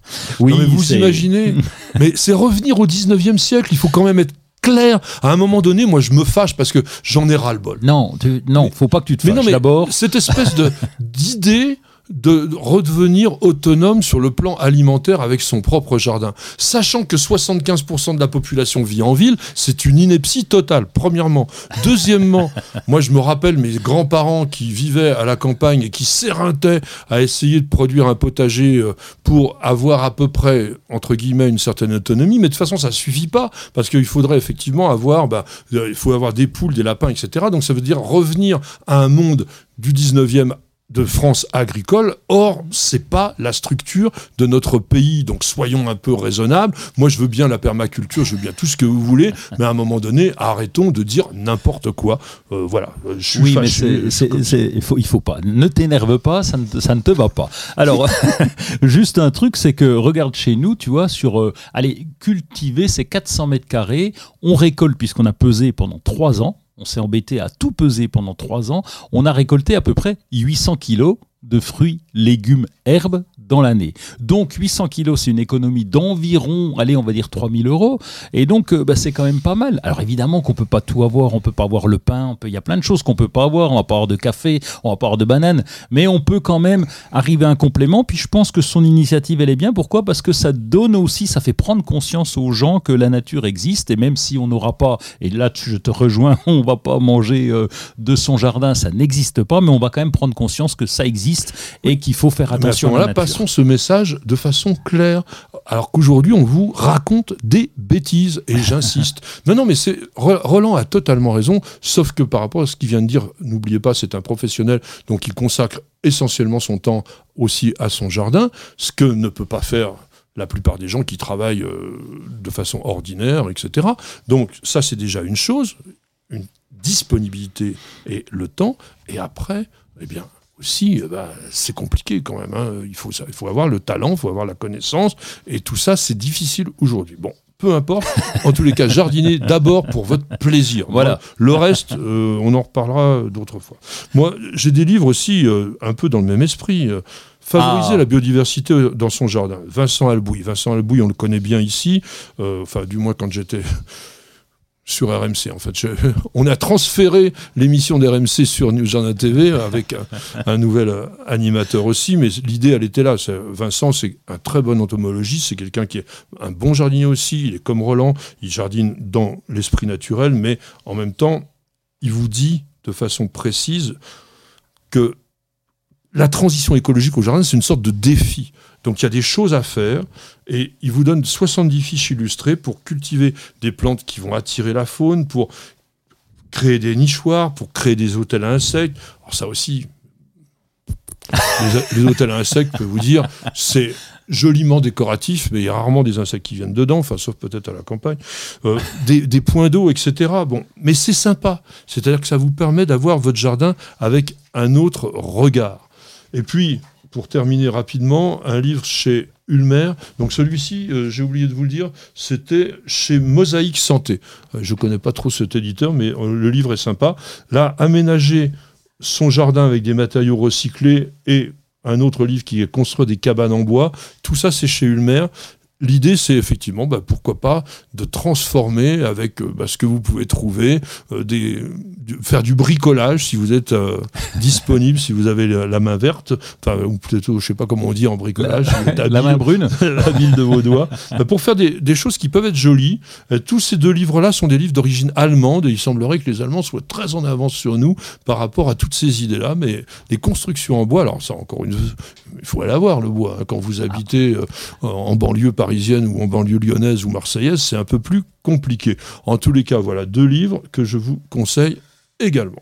Oui, non, mais vous c'est... imaginez, mais c'est revenir au dix-neuvième siècle, il faut quand même être clair. À un moment donné, moi je me fâche parce que j'en ai ras-le-bol. Non, tu... non, mais, faut pas que tu te mais fâches non, mais d'abord. Cette espèce de, d'idée de redevenir autonome sur le plan alimentaire avec son propre jardin. Sachant que soixante-quinze pour cent de la population vit en ville, c'est une ineptie totale, premièrement. Deuxièmement, moi je me rappelle mes grands-parents qui vivaient à la campagne et qui s'éreintaient à essayer de produire un potager pour avoir à peu près, entre guillemets, une certaine autonomie, mais de toute façon ça suffit pas, parce qu'il faudrait effectivement avoir, bah, il faut avoir des poules, des lapins, et cetera. Donc ça veut dire revenir à un monde du dix-neuvième de France agricole. Or, c'est pas la structure de notre pays. Donc, soyons un peu raisonnables. Moi, je veux bien la permaculture, je veux bien tout ce que vous voulez, mais à un moment donné, arrêtons de dire n'importe quoi. Euh, voilà. Je suis oui, fâché, mais c'est, c'est, c'est, il faut, il faut pas. Ne t'énerve pas, ça ne, ça ne te va pas. Alors, juste un truc, c'est que regarde chez nous, tu vois, sur, euh, allez, cultiver, c'est quatre cents mètres carrés. On récolte, puisqu'on a pesé pendant trois ans. On s'est embêté à tout peser pendant trois ans. On a récolté à peu près huit cents kilos de fruits, légumes, herbes dans l'année. Donc huit cents kilos, c'est une économie d'environ, allez, on va dire trois mille euros. Et donc, euh, bah, c'est quand même pas mal. Alors évidemment qu'on peut pas tout avoir. On peut pas avoir le pain. Il y a plein de choses qu'on peut pas avoir. On va pas avoir de café. On va pas avoir de bananes. Mais on peut quand même arriver à un complément. Puis je pense que son initiative, elle est bien. Pourquoi ? Parce que ça donne aussi, ça fait prendre conscience aux gens que la nature existe. Et même si on n'aura pas, et là je te rejoins, on va pas manger euh, de son jardin, ça n'existe pas. Mais on va quand même prendre conscience que ça existe et qu'il faut faire attention à la nature. Passons ce message de façon claire, alors qu'aujourd'hui on vous raconte des bêtises, et j'insiste. non, non, mais c'est Roland a totalement raison, sauf que par rapport à ce qu'il vient de dire, n'oubliez pas, c'est un professionnel, donc il consacre essentiellement son temps aussi à son jardin, ce que ne peut pas faire la plupart des gens qui travaillent euh, de façon ordinaire, et cetera. Donc ça, c'est déjà une chose, une disponibilité et le temps, et après, eh bien, aussi, bah, c'est compliqué quand même. Hein. Il faut ça, il faut avoir le talent, il faut avoir la connaissance, et tout ça, c'est difficile aujourd'hui. Bon, peu importe. En tous les cas, jardiner d'abord pour votre plaisir. Voilà. Moi, le reste, euh, on en reparlera d'autres fois. Moi, j'ai des livres aussi euh, un peu dans le même esprit. Euh, Favoriser ah. la biodiversité dans son jardin. Vincent Albouy. Vincent Albouy, on le connaît bien ici. Euh, enfin, du moins quand j'étais sur R M C, en fait. Je, on a transféré l'émission d'R M C sur News Jardin T V avec un, un nouvel animateur aussi, mais l'idée, elle était là. C'est, Vincent, c'est un très bon entomologiste, c'est quelqu'un qui est un bon jardinier aussi, il est comme Roland, il jardine dans l'esprit naturel, mais en même temps, il vous dit de façon précise que la transition écologique au jardin, c'est une sorte de défi. Donc il y a des choses à faire, et il vous donne soixante-dix fiches illustrées pour cultiver des plantes qui vont attirer la faune, pour créer des nichoirs, pour créer des hôtels à insectes. Alors ça aussi, les, les hôtels à insectes, je peux vous dire, c'est joliment décoratif, mais il y a rarement des insectes qui viennent dedans, enfin, sauf peut-être à la campagne. Euh, des, des points d'eau, et cetera. Bon, mais c'est sympa. C'est-à-dire que ça vous permet d'avoir votre jardin avec un autre regard. Et puis, pour terminer rapidement, un livre chez Ulmer. Donc celui-ci, euh, j'ai oublié de vous le dire, c'était chez Mosaïque Santé. Euh, je ne connais pas trop cet éditeur, mais euh, le livre est sympa. Là, aménager son jardin avec des matériaux recyclés, et un autre livre qui est construire des cabanes en bois. Tout ça, c'est chez Ulmer. L'idée, c'est effectivement, bah, pourquoi pas, de transformer avec euh, bah, ce que vous pouvez trouver, euh, des, du, faire du bricolage si vous êtes euh, disponible, si vous avez la, la main verte, enfin, ou plutôt, je sais pas comment on dit en bricolage, la, habile, la main brune, l'habile de vos doigts, bah, pour faire des, des choses qui peuvent être jolies. Euh, tous ces deux livres-là sont des livres d'origine allemande, et il semblerait que les Allemands soient très en avance sur nous par rapport à toutes ces idées-là, mais les constructions en bois, alors ça, encore une, il faut aller avoir le bois, hein, quand vous habitez euh, en banlieue parisienne ou en banlieue lyonnaise ou marseillaise, c'est un peu plus compliqué. En tous les cas, voilà deux livres que je vous conseille également.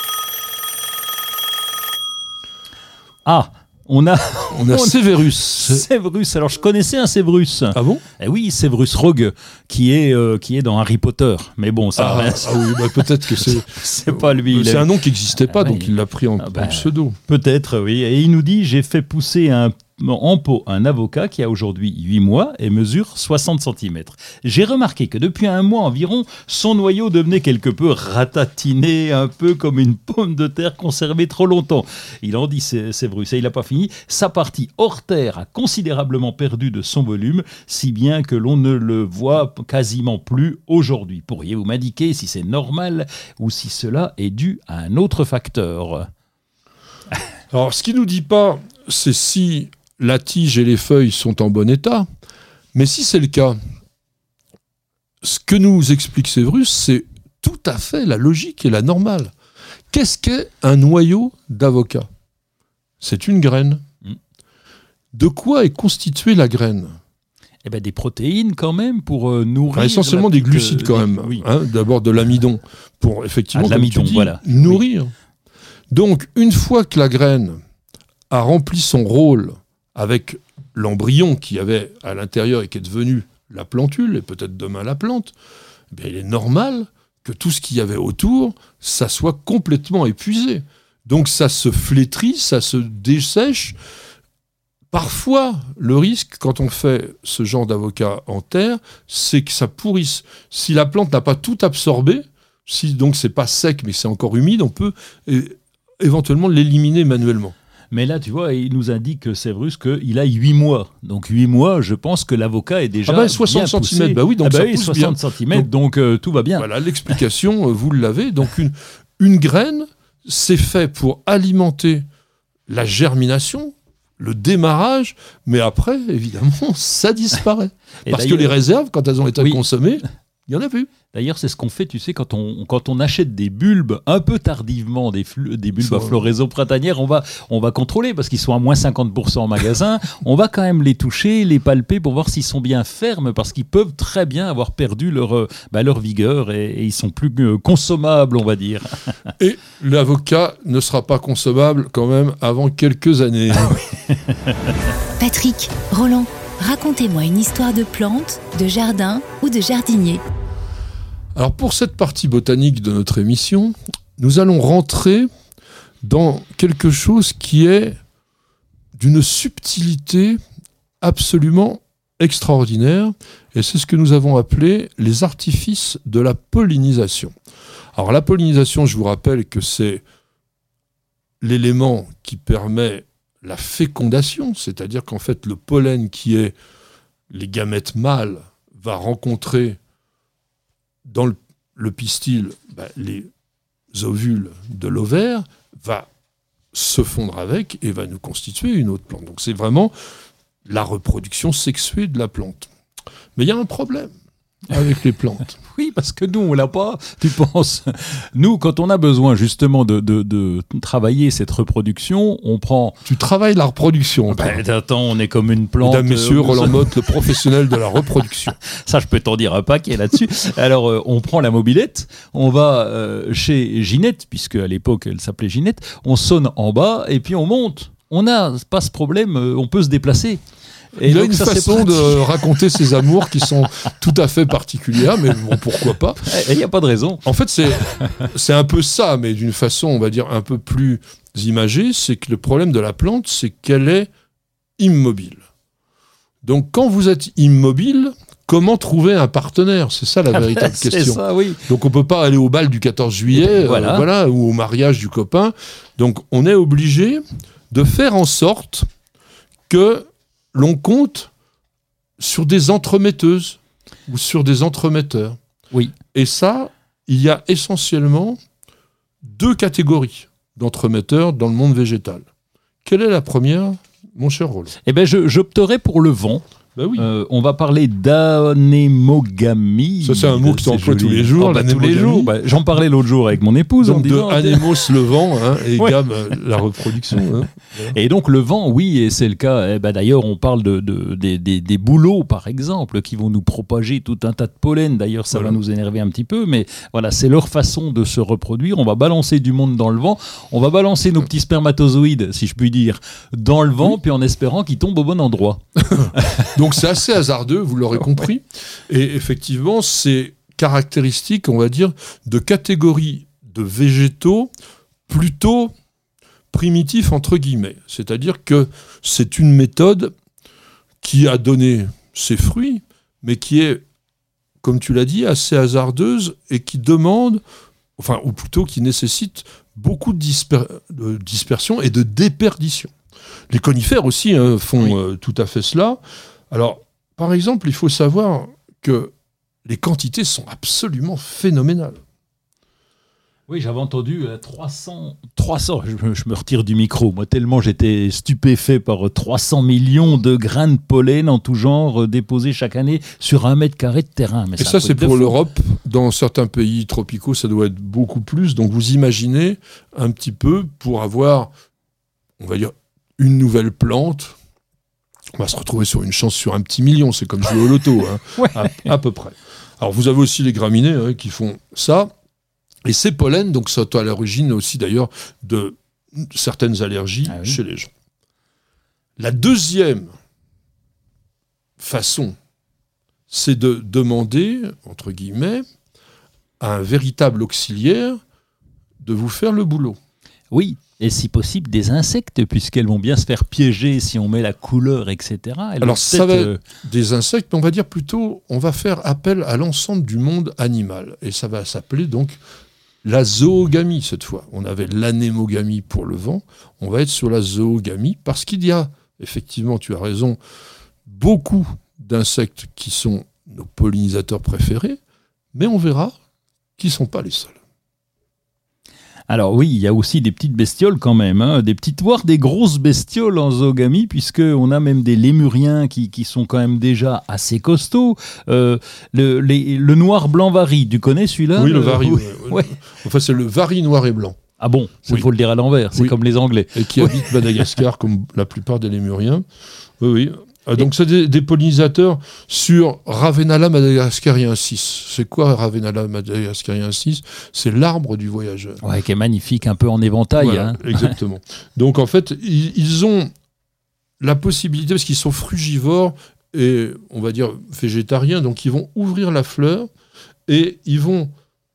Ah, on a... On a Severus. Severus, alors je connaissais un Severus. Ah bon ? Eh oui, Severus Rogue, qui est, euh, qui est dans Harry Potter. Mais bon, ça... Ah, ah oui, bah peut-être que c'est... c'est pas lui. C'est a... un nom qui n'existait pas, ah, donc oui. Il l'a pris en, ah, bah, en pseudo. Peut-être, oui. Et il nous dit, j'ai fait pousser un en pot un avocat qui a aujourd'hui huit mois et mesure soixante centimètres. J'ai remarqué que depuis un mois environ, son noyau devenait quelque peu ratatiné, un peu comme une pomme de terre conservée trop longtemps. Il en dit Séverus, et il n'a pas fini. Sa partie hors terre a considérablement perdu de son volume, si bien que l'on ne le voit quasiment plus aujourd'hui. Pourriez-vous m'indiquer si c'est normal ou si cela est dû à un autre facteur ? Alors, ce qu'il ne nous dit pas, c'est si la tige et les feuilles sont en bon état, mais si c'est le cas, ce que nous explique Séverus, c'est tout à fait la logique et la normale. Qu'est-ce qu'est un noyau d'avocat ? C'est une graine. Mmh. De quoi est constituée la graine ? Eh ben, des protéines quand même pour euh, nourrir... Ah, essentiellement des glucides quand même. Oui. Hein, d'abord de l'amidon pour effectivement, ah, comme tu dis, voilà. nourrir. Oui. Donc, une fois que la graine a rempli son rôle avec l'embryon qui avait à l'intérieur et qui est devenu la plantule, et peut-être demain la plante, eh bien, il est normal que tout ce qu'il y avait autour, ça soit complètement épuisé. Donc ça se flétrit, ça se dessèche. Parfois, le risque, quand on fait ce genre d'avocat en terre, c'est que ça pourrisse. Si la plante n'a pas tout absorbé, si donc c'est pas sec mais c'est encore humide, on peut é- éventuellement l'éliminer manuellement. Mais là, tu vois, il nous indique, Séverus, qu'il a huit mois. Donc huit mois, je pense que l'avocat est déjà ah bah, soixante centimètres, bah oui, donc ah bah ça oui, pousse soixante bien. centimètres, donc, donc euh, tout va bien. Voilà, l'explication, vous l'avez. Donc une, une graine, c'est fait pour alimenter la germination, le démarrage, mais après, évidemment, ça disparaît. Et Parce que les réserves, quand elles ont été oui. consommées, il n'y en a plus. D'ailleurs, c'est ce qu'on fait, tu sais, quand on, quand on achète des bulbes un peu tardivement, des, fl- des bulbes Ça, à floraison printanière, on va, on va contrôler parce qu'ils sont à moins cinquante pour cent en magasin. On va quand même les toucher, les palper pour voir s'ils sont bien fermes parce qu'ils peuvent très bien avoir perdu leur, euh, bah, leur vigueur et, et ils sont plus euh, consommables, on va dire. Et l'avocat ne sera pas consommable quand même avant quelques années. Patrick, Roland, racontez-moi une histoire de plante, de jardin ou de jardinier. Alors pour cette partie botanique de notre émission, nous allons rentrer dans quelque chose qui est d'une subtilité absolument extraordinaire, et c'est ce que nous avons appelé les artifices de la pollinisation. Alors la pollinisation, je vous rappelle que c'est l'élément qui permet la fécondation, c'est-à-dire qu'en fait le pollen qui est les gamètes mâles va rencontrer dans le, le pistil bah, les ovules de l'ovaire, va se fondre avec et va nous constituer une autre plante. Donc c'est vraiment la reproduction sexuée de la plante. Mais il y a un problème avec les plantes. Oui, parce que nous, on l'a pas, tu penses. Nous, quand on a besoin justement de, de, de travailler cette reproduction, on prend... Tu travailles la reproduction. Ben, attends, on est comme une plante. Mesdames, messieurs, euh, Roland Motte, le professionnel de la reproduction. Ça, je peux t'en dire un paquet là-dessus. Alors, euh, on prend la mobilette, on va euh, chez Ginette, puisque à l'époque, elle s'appelait Ginette, on sonne en bas et puis on monte. On n'a pas ce problème, euh, on peut se déplacer. Et il donc, a une ça, façon de raconter ses amours qui sont tout à fait particulières, mais bon, pourquoi pas. Il n'y a pas de raison. En fait, c'est, c'est un peu ça, mais d'une façon, on va dire, un peu plus imagée, c'est que le problème de la plante, c'est qu'elle est immobile. Donc, quand vous êtes immobile, comment trouver un partenaire ? C'est ça la véritable c'est question. Ça, oui. Donc, on ne peut pas aller au bal du quatorze juillet, voilà. Euh, voilà, ou au mariage du copain. Donc, on est obligé de faire en sorte que l'on compte sur des entremetteuses ou sur des entremetteurs. Oui. Et ça, il y a essentiellement deux catégories d'entremetteurs dans le monde végétal. Quelle est la première, mon cher Roland ? Eh bien, je, j'opterais pour le vent. Ben oui. Euh, on va parler d'anémogamie. Ça, c'est un mot que tu emploies tous les jours. Oh, bah, tous les jours. Bah, j'en parlais l'autre jour avec mon épouse. Donc, en de disant, anémos, le vent, hein, et ouais. gamme, la reproduction. Hein. Et donc, le vent, oui, et c'est le cas. Eh ben, d'ailleurs, on parle de, de, des, des, des bouleaux, par exemple, qui vont nous propager tout un tas de pollen. D'ailleurs, ça voilà. va nous énerver un petit peu, mais voilà, c'est leur façon de se reproduire. On va balancer du monde dans le vent. On va balancer nos petits spermatozoïdes, si je puis dire, dans le vent, oui. Puis en espérant qu'ils tombent au bon endroit. Donc, c'est assez hasardeux. Vous l'aurez compris. Et effectivement, c'est caractéristique, on va dire, de catégories de végétaux plutôt, primitif entre guillemets. C'est-à-dire que c'est une méthode qui a donné ses fruits, mais qui est, comme tu l'as dit, assez hasardeuse et qui demande, enfin, ou plutôt qui nécessite beaucoup de, disper- de dispersion et de déperdition. Les conifères aussi hein, font oui. euh, tout à fait cela. Alors, par exemple, il faut savoir que les quantités sont absolument phénoménales. Oui, j'avais entendu euh, trois cents, trois cents, je me, je me retire du micro, moi, tellement j'étais stupéfait par trois cents millions de grains de pollen en tout genre euh, déposés chaque année sur un mètre carré de terrain. Mais et ça, c'est pour l'Europe. Dans certains pays tropicaux, ça doit être beaucoup plus. Donc, vous imaginez un petit peu pour avoir, on va dire, une nouvelle plante. On va se retrouver sur une chance sur un petit million. C'est comme jouer au loto, hein, ouais. à, à peu près. Alors, vous avez aussi les graminées hein, qui font ça. Et ces pollens, donc, sont à l'origine aussi d'ailleurs de certaines allergies ah oui. chez les gens. La deuxième façon, c'est de demander, entre guillemets, à un véritable auxiliaire de vous faire le boulot. Oui, et si possible des insectes, puisqu'elles vont bien se faire piéger si on met la couleur, et cetera. Elles Alors ça va être euh... des insectes, mais on va dire plutôt, on va faire appel à l'ensemble du monde animal. Et ça va s'appeler donc la zoogamie cette fois. On avait l'anémogamie pour le vent, on va être sur la zoogamie, parce qu'il y a, effectivement, tu as raison, beaucoup d'insectes qui sont nos pollinisateurs préférés, mais on verra qu'ils ne sont pas les seuls. Alors oui, il y a aussi des petites bestioles quand même, hein, des petites, voire des grosses bestioles en zoogamie, puisqu'on a même des lémuriens qui, qui sont quand même déjà assez costauds. Euh, le, les, le noir-blanc-vari, tu connais celui-là? Oui, le vari. Oui. Ouais, ouais. Enfin, c'est le vari noir et blanc. Ah bon, il oui. faut le dire à l'envers, c'est oui. comme les Anglais. Et qui oui. habite Madagascar, comme la plupart des lémuriens. Oui, oui. Ah, donc, c'est des, des pollinisateurs sur Ravenala madagascariensis. C'est quoi Ravenala madagascariensis? C'est l'arbre du voyageur. Ouais, qui est magnifique, un peu en éventail. Voilà, hein. Exactement. Donc, en fait, ils, ils ont la possibilité, parce qu'ils sont frugivores et, on va dire, végétariens, donc ils vont ouvrir la fleur et ils vont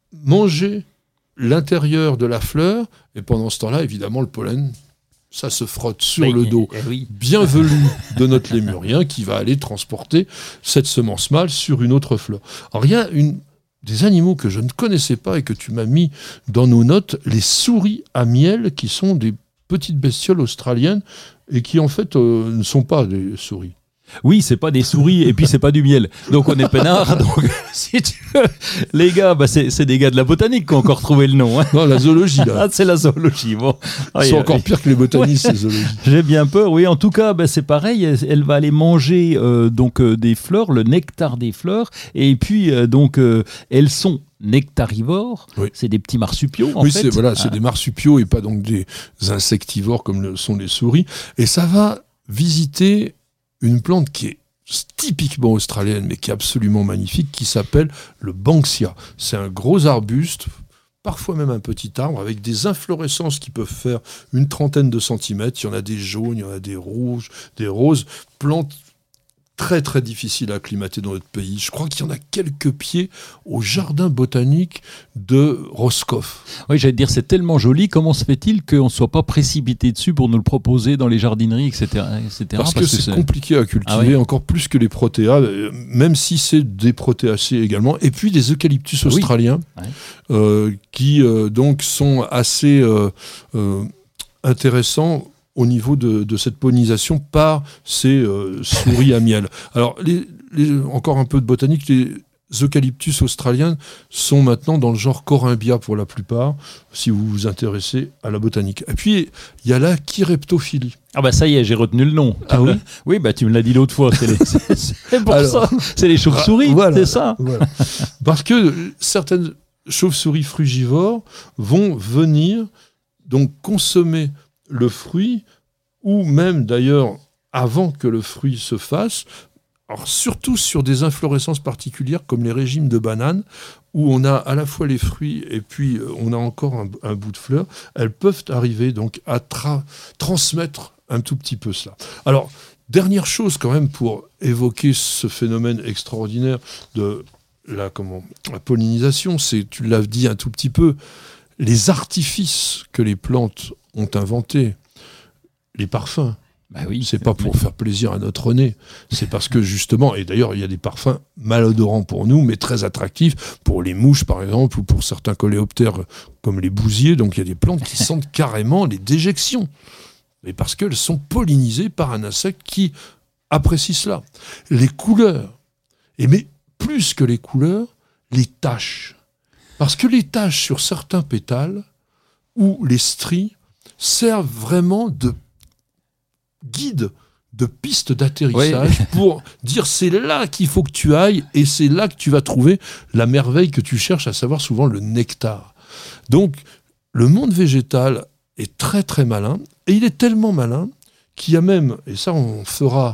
manger l'intérieur de la fleur. Et pendant ce temps-là, évidemment, le pollen... ça se frotte sur oui, le dos eh oui. bien velu de notre lémurien qui va aller transporter cette semence mâle sur une autre fleur. Alors, il y a une, des animaux que je ne connaissais pas et que tu m'as mis dans nos notes, les souris à miel, qui sont des petites bestioles australiennes et qui, en fait, euh, ne sont pas des souris. Oui, c'est pas des souris et puis c'est pas du miel. Donc on est peinard. Donc si tu veux, les gars, bah c'est, c'est des gars de la botanique qui ont encore trouvé le nom. Hein. Non, la zoologie là. Ah, c'est la zoologie. Bon, ils sont encore pires que les botanistes, ouais. Ces zoologies. J'ai bien peur. Oui, en tout cas, bah, c'est pareil. Elle, elle va aller manger euh, donc euh, des fleurs, le nectar des fleurs, et puis euh, donc euh, elles sont nectarivores, oui. C'est des petits marsupiaux en oui, fait. Oui, c'est, voilà, c'est ah. des marsupiaux et pas donc des insectivores comme le sont les souris. Et ça va visiter une plante qui est typiquement australienne, mais qui est absolument magnifique, qui s'appelle le banksia. C'est un gros arbuste, parfois même un petit arbre, avec des inflorescences qui peuvent faire une trentaine de centimètres. Il y en a des jaunes, il y en a des rouges, des roses. Plante très très difficile à acclimater dans notre pays. Je crois qu'il y en a quelques pieds au jardin botanique de Roscoff. Oui, j'allais te dire, c'est tellement joli. Comment se fait-il qu'on ne soit pas précipité dessus pour nous le proposer dans les jardineries, et cetera, et cetera Parce, parce que, que c'est, c'est compliqué à cultiver, ah oui. encore plus que les protéas, même si c'est des protéacées également. Et puis des eucalyptus oui. australiens, ouais. euh, qui euh, donc sont assez euh, euh, intéressants au niveau de, de cette pollinisation par ces euh, souris à miel. Alors, les, les, encore un peu de botanique, les eucalyptus australiens sont maintenant dans le genre Corymbia pour la plupart, si vous vous intéressez à la botanique. Et puis, il y a la chireptophilie. Ah bah ça y est, j'ai retenu le nom. Ah oui, oui, bah tu me l'as dit l'autre fois, c'est, les, c'est, c'est pour Alors, ça, c'est les chauves-souris, voilà, c'est ça. Voilà. Parce que certaines chauves-souris frugivores vont venir donc consommer le fruit, ou même d'ailleurs avant que le fruit se fasse, alors surtout sur des inflorescences particulières comme les régimes de bananes, où on a à la fois les fruits et puis on a encore un, un bout de fleur, elles peuvent arriver donc à tra- transmettre un tout petit peu cela. Alors, dernière chose quand même pour évoquer ce phénomène extraordinaire de la, comment, la pollinisation, c'est, tu l'as dit un tout petit peu, les artifices que les plantes ont inventé les parfums. Bah oui, c'est pas pour faire plaisir à notre nez, c'est parce que justement, et d'ailleurs il y a des parfums malodorants pour nous, mais très attractifs pour les mouches par exemple, ou pour certains coléoptères comme les bousiers, donc il y a des plantes qui sentent carrément les déjections, mais parce qu'elles sont pollinisées par un insecte qui apprécie cela. Les couleurs, et mais plus que les couleurs, les taches, parce que les taches sur certains pétales, ou les stries, servent vraiment de guide, de piste d'atterrissage oui. pour dire c'est là qu'il faut que tu ailles et c'est là que tu vas trouver la merveille que tu cherches, à savoir souvent le nectar. Donc le monde végétal est très très malin, et il est tellement malin qu'il y a même, et ça on fera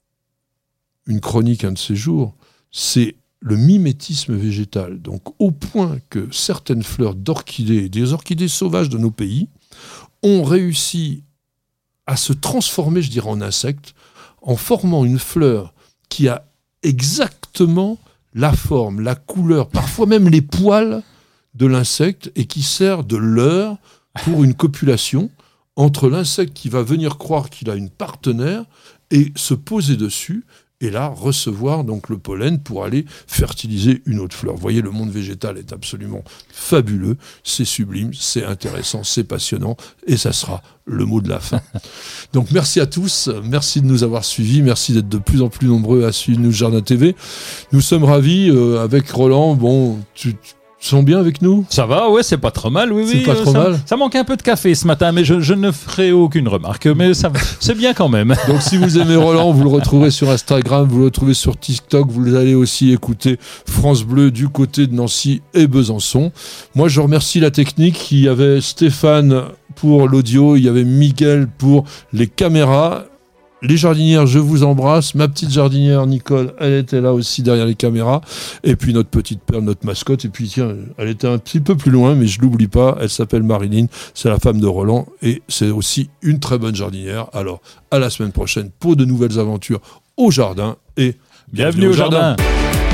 une chronique un de ces jours, c'est le mimétisme végétal. Donc au point que certaines fleurs d'orchidées, des orchidées sauvages de nos pays, ont réussi à se transformer, je dirais, en insecte, en formant une fleur qui a exactement la forme, la couleur, parfois même les poils de l'insecte, et qui sert de leurre pour une copulation entre l'insecte qui va venir croire qu'il a une partenaire et se poser dessus, et là recevoir donc le pollen pour aller fertiliser une autre fleur. Vous voyez, le monde végétal est absolument fabuleux, c'est sublime, c'est intéressant, c'est passionnant, et ça sera le mot de la fin. Donc merci à tous, merci de nous avoir suivis, merci d'être de plus en plus nombreux à suivre Nous Jardin T V. Nous sommes ravis, euh, avec Roland, bon, tu... tu sont bien avec nous ? Ça va, ouais, c'est pas trop mal, oui, c'est oui. pas trop ça, mal. Ça manque un peu de café ce matin, mais je, je ne ferai aucune remarque, mais ça, c'est bien quand même. Donc si vous aimez Roland, vous le retrouvez sur Instagram, vous le retrouvez sur TikTok, vous allez aussi écouter France Bleu du côté de Nancy et Besançon. Moi, je remercie la technique. Il y avait Stéphane pour l'audio, il y avait Miguel pour les caméras. Les jardinières, je vous embrasse. Ma petite jardinière, Nicole, elle était là aussi derrière les caméras. Et puis notre petite perle, notre mascotte. Et puis tiens, elle était un petit peu plus loin, mais je l'oublie pas. Elle s'appelle Marilyn. C'est la femme de Roland. Et c'est aussi une très bonne jardinière. Alors, à la semaine prochaine pour de nouvelles aventures au jardin. Et bienvenue, bienvenue au jardin. jardin.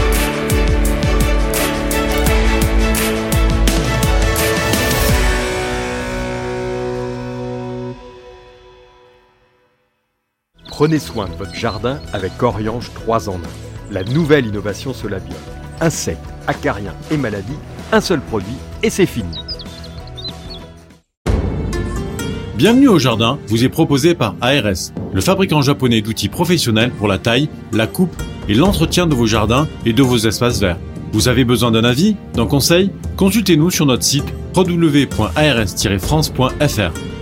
Prenez soin de votre jardin avec Oriange trois en un. La nouvelle innovation Solabiol. Insectes, acariens et maladies, un seul produit et c'est fini. Bienvenue au jardin vous est proposé par A R S, le fabricant japonais d'outils professionnels pour la taille, la coupe et l'entretien de vos jardins et de vos espaces verts. Vous avez besoin d'un avis, d'un conseil ? Consultez-nous sur notre site w w w point a r s tiret france point f r.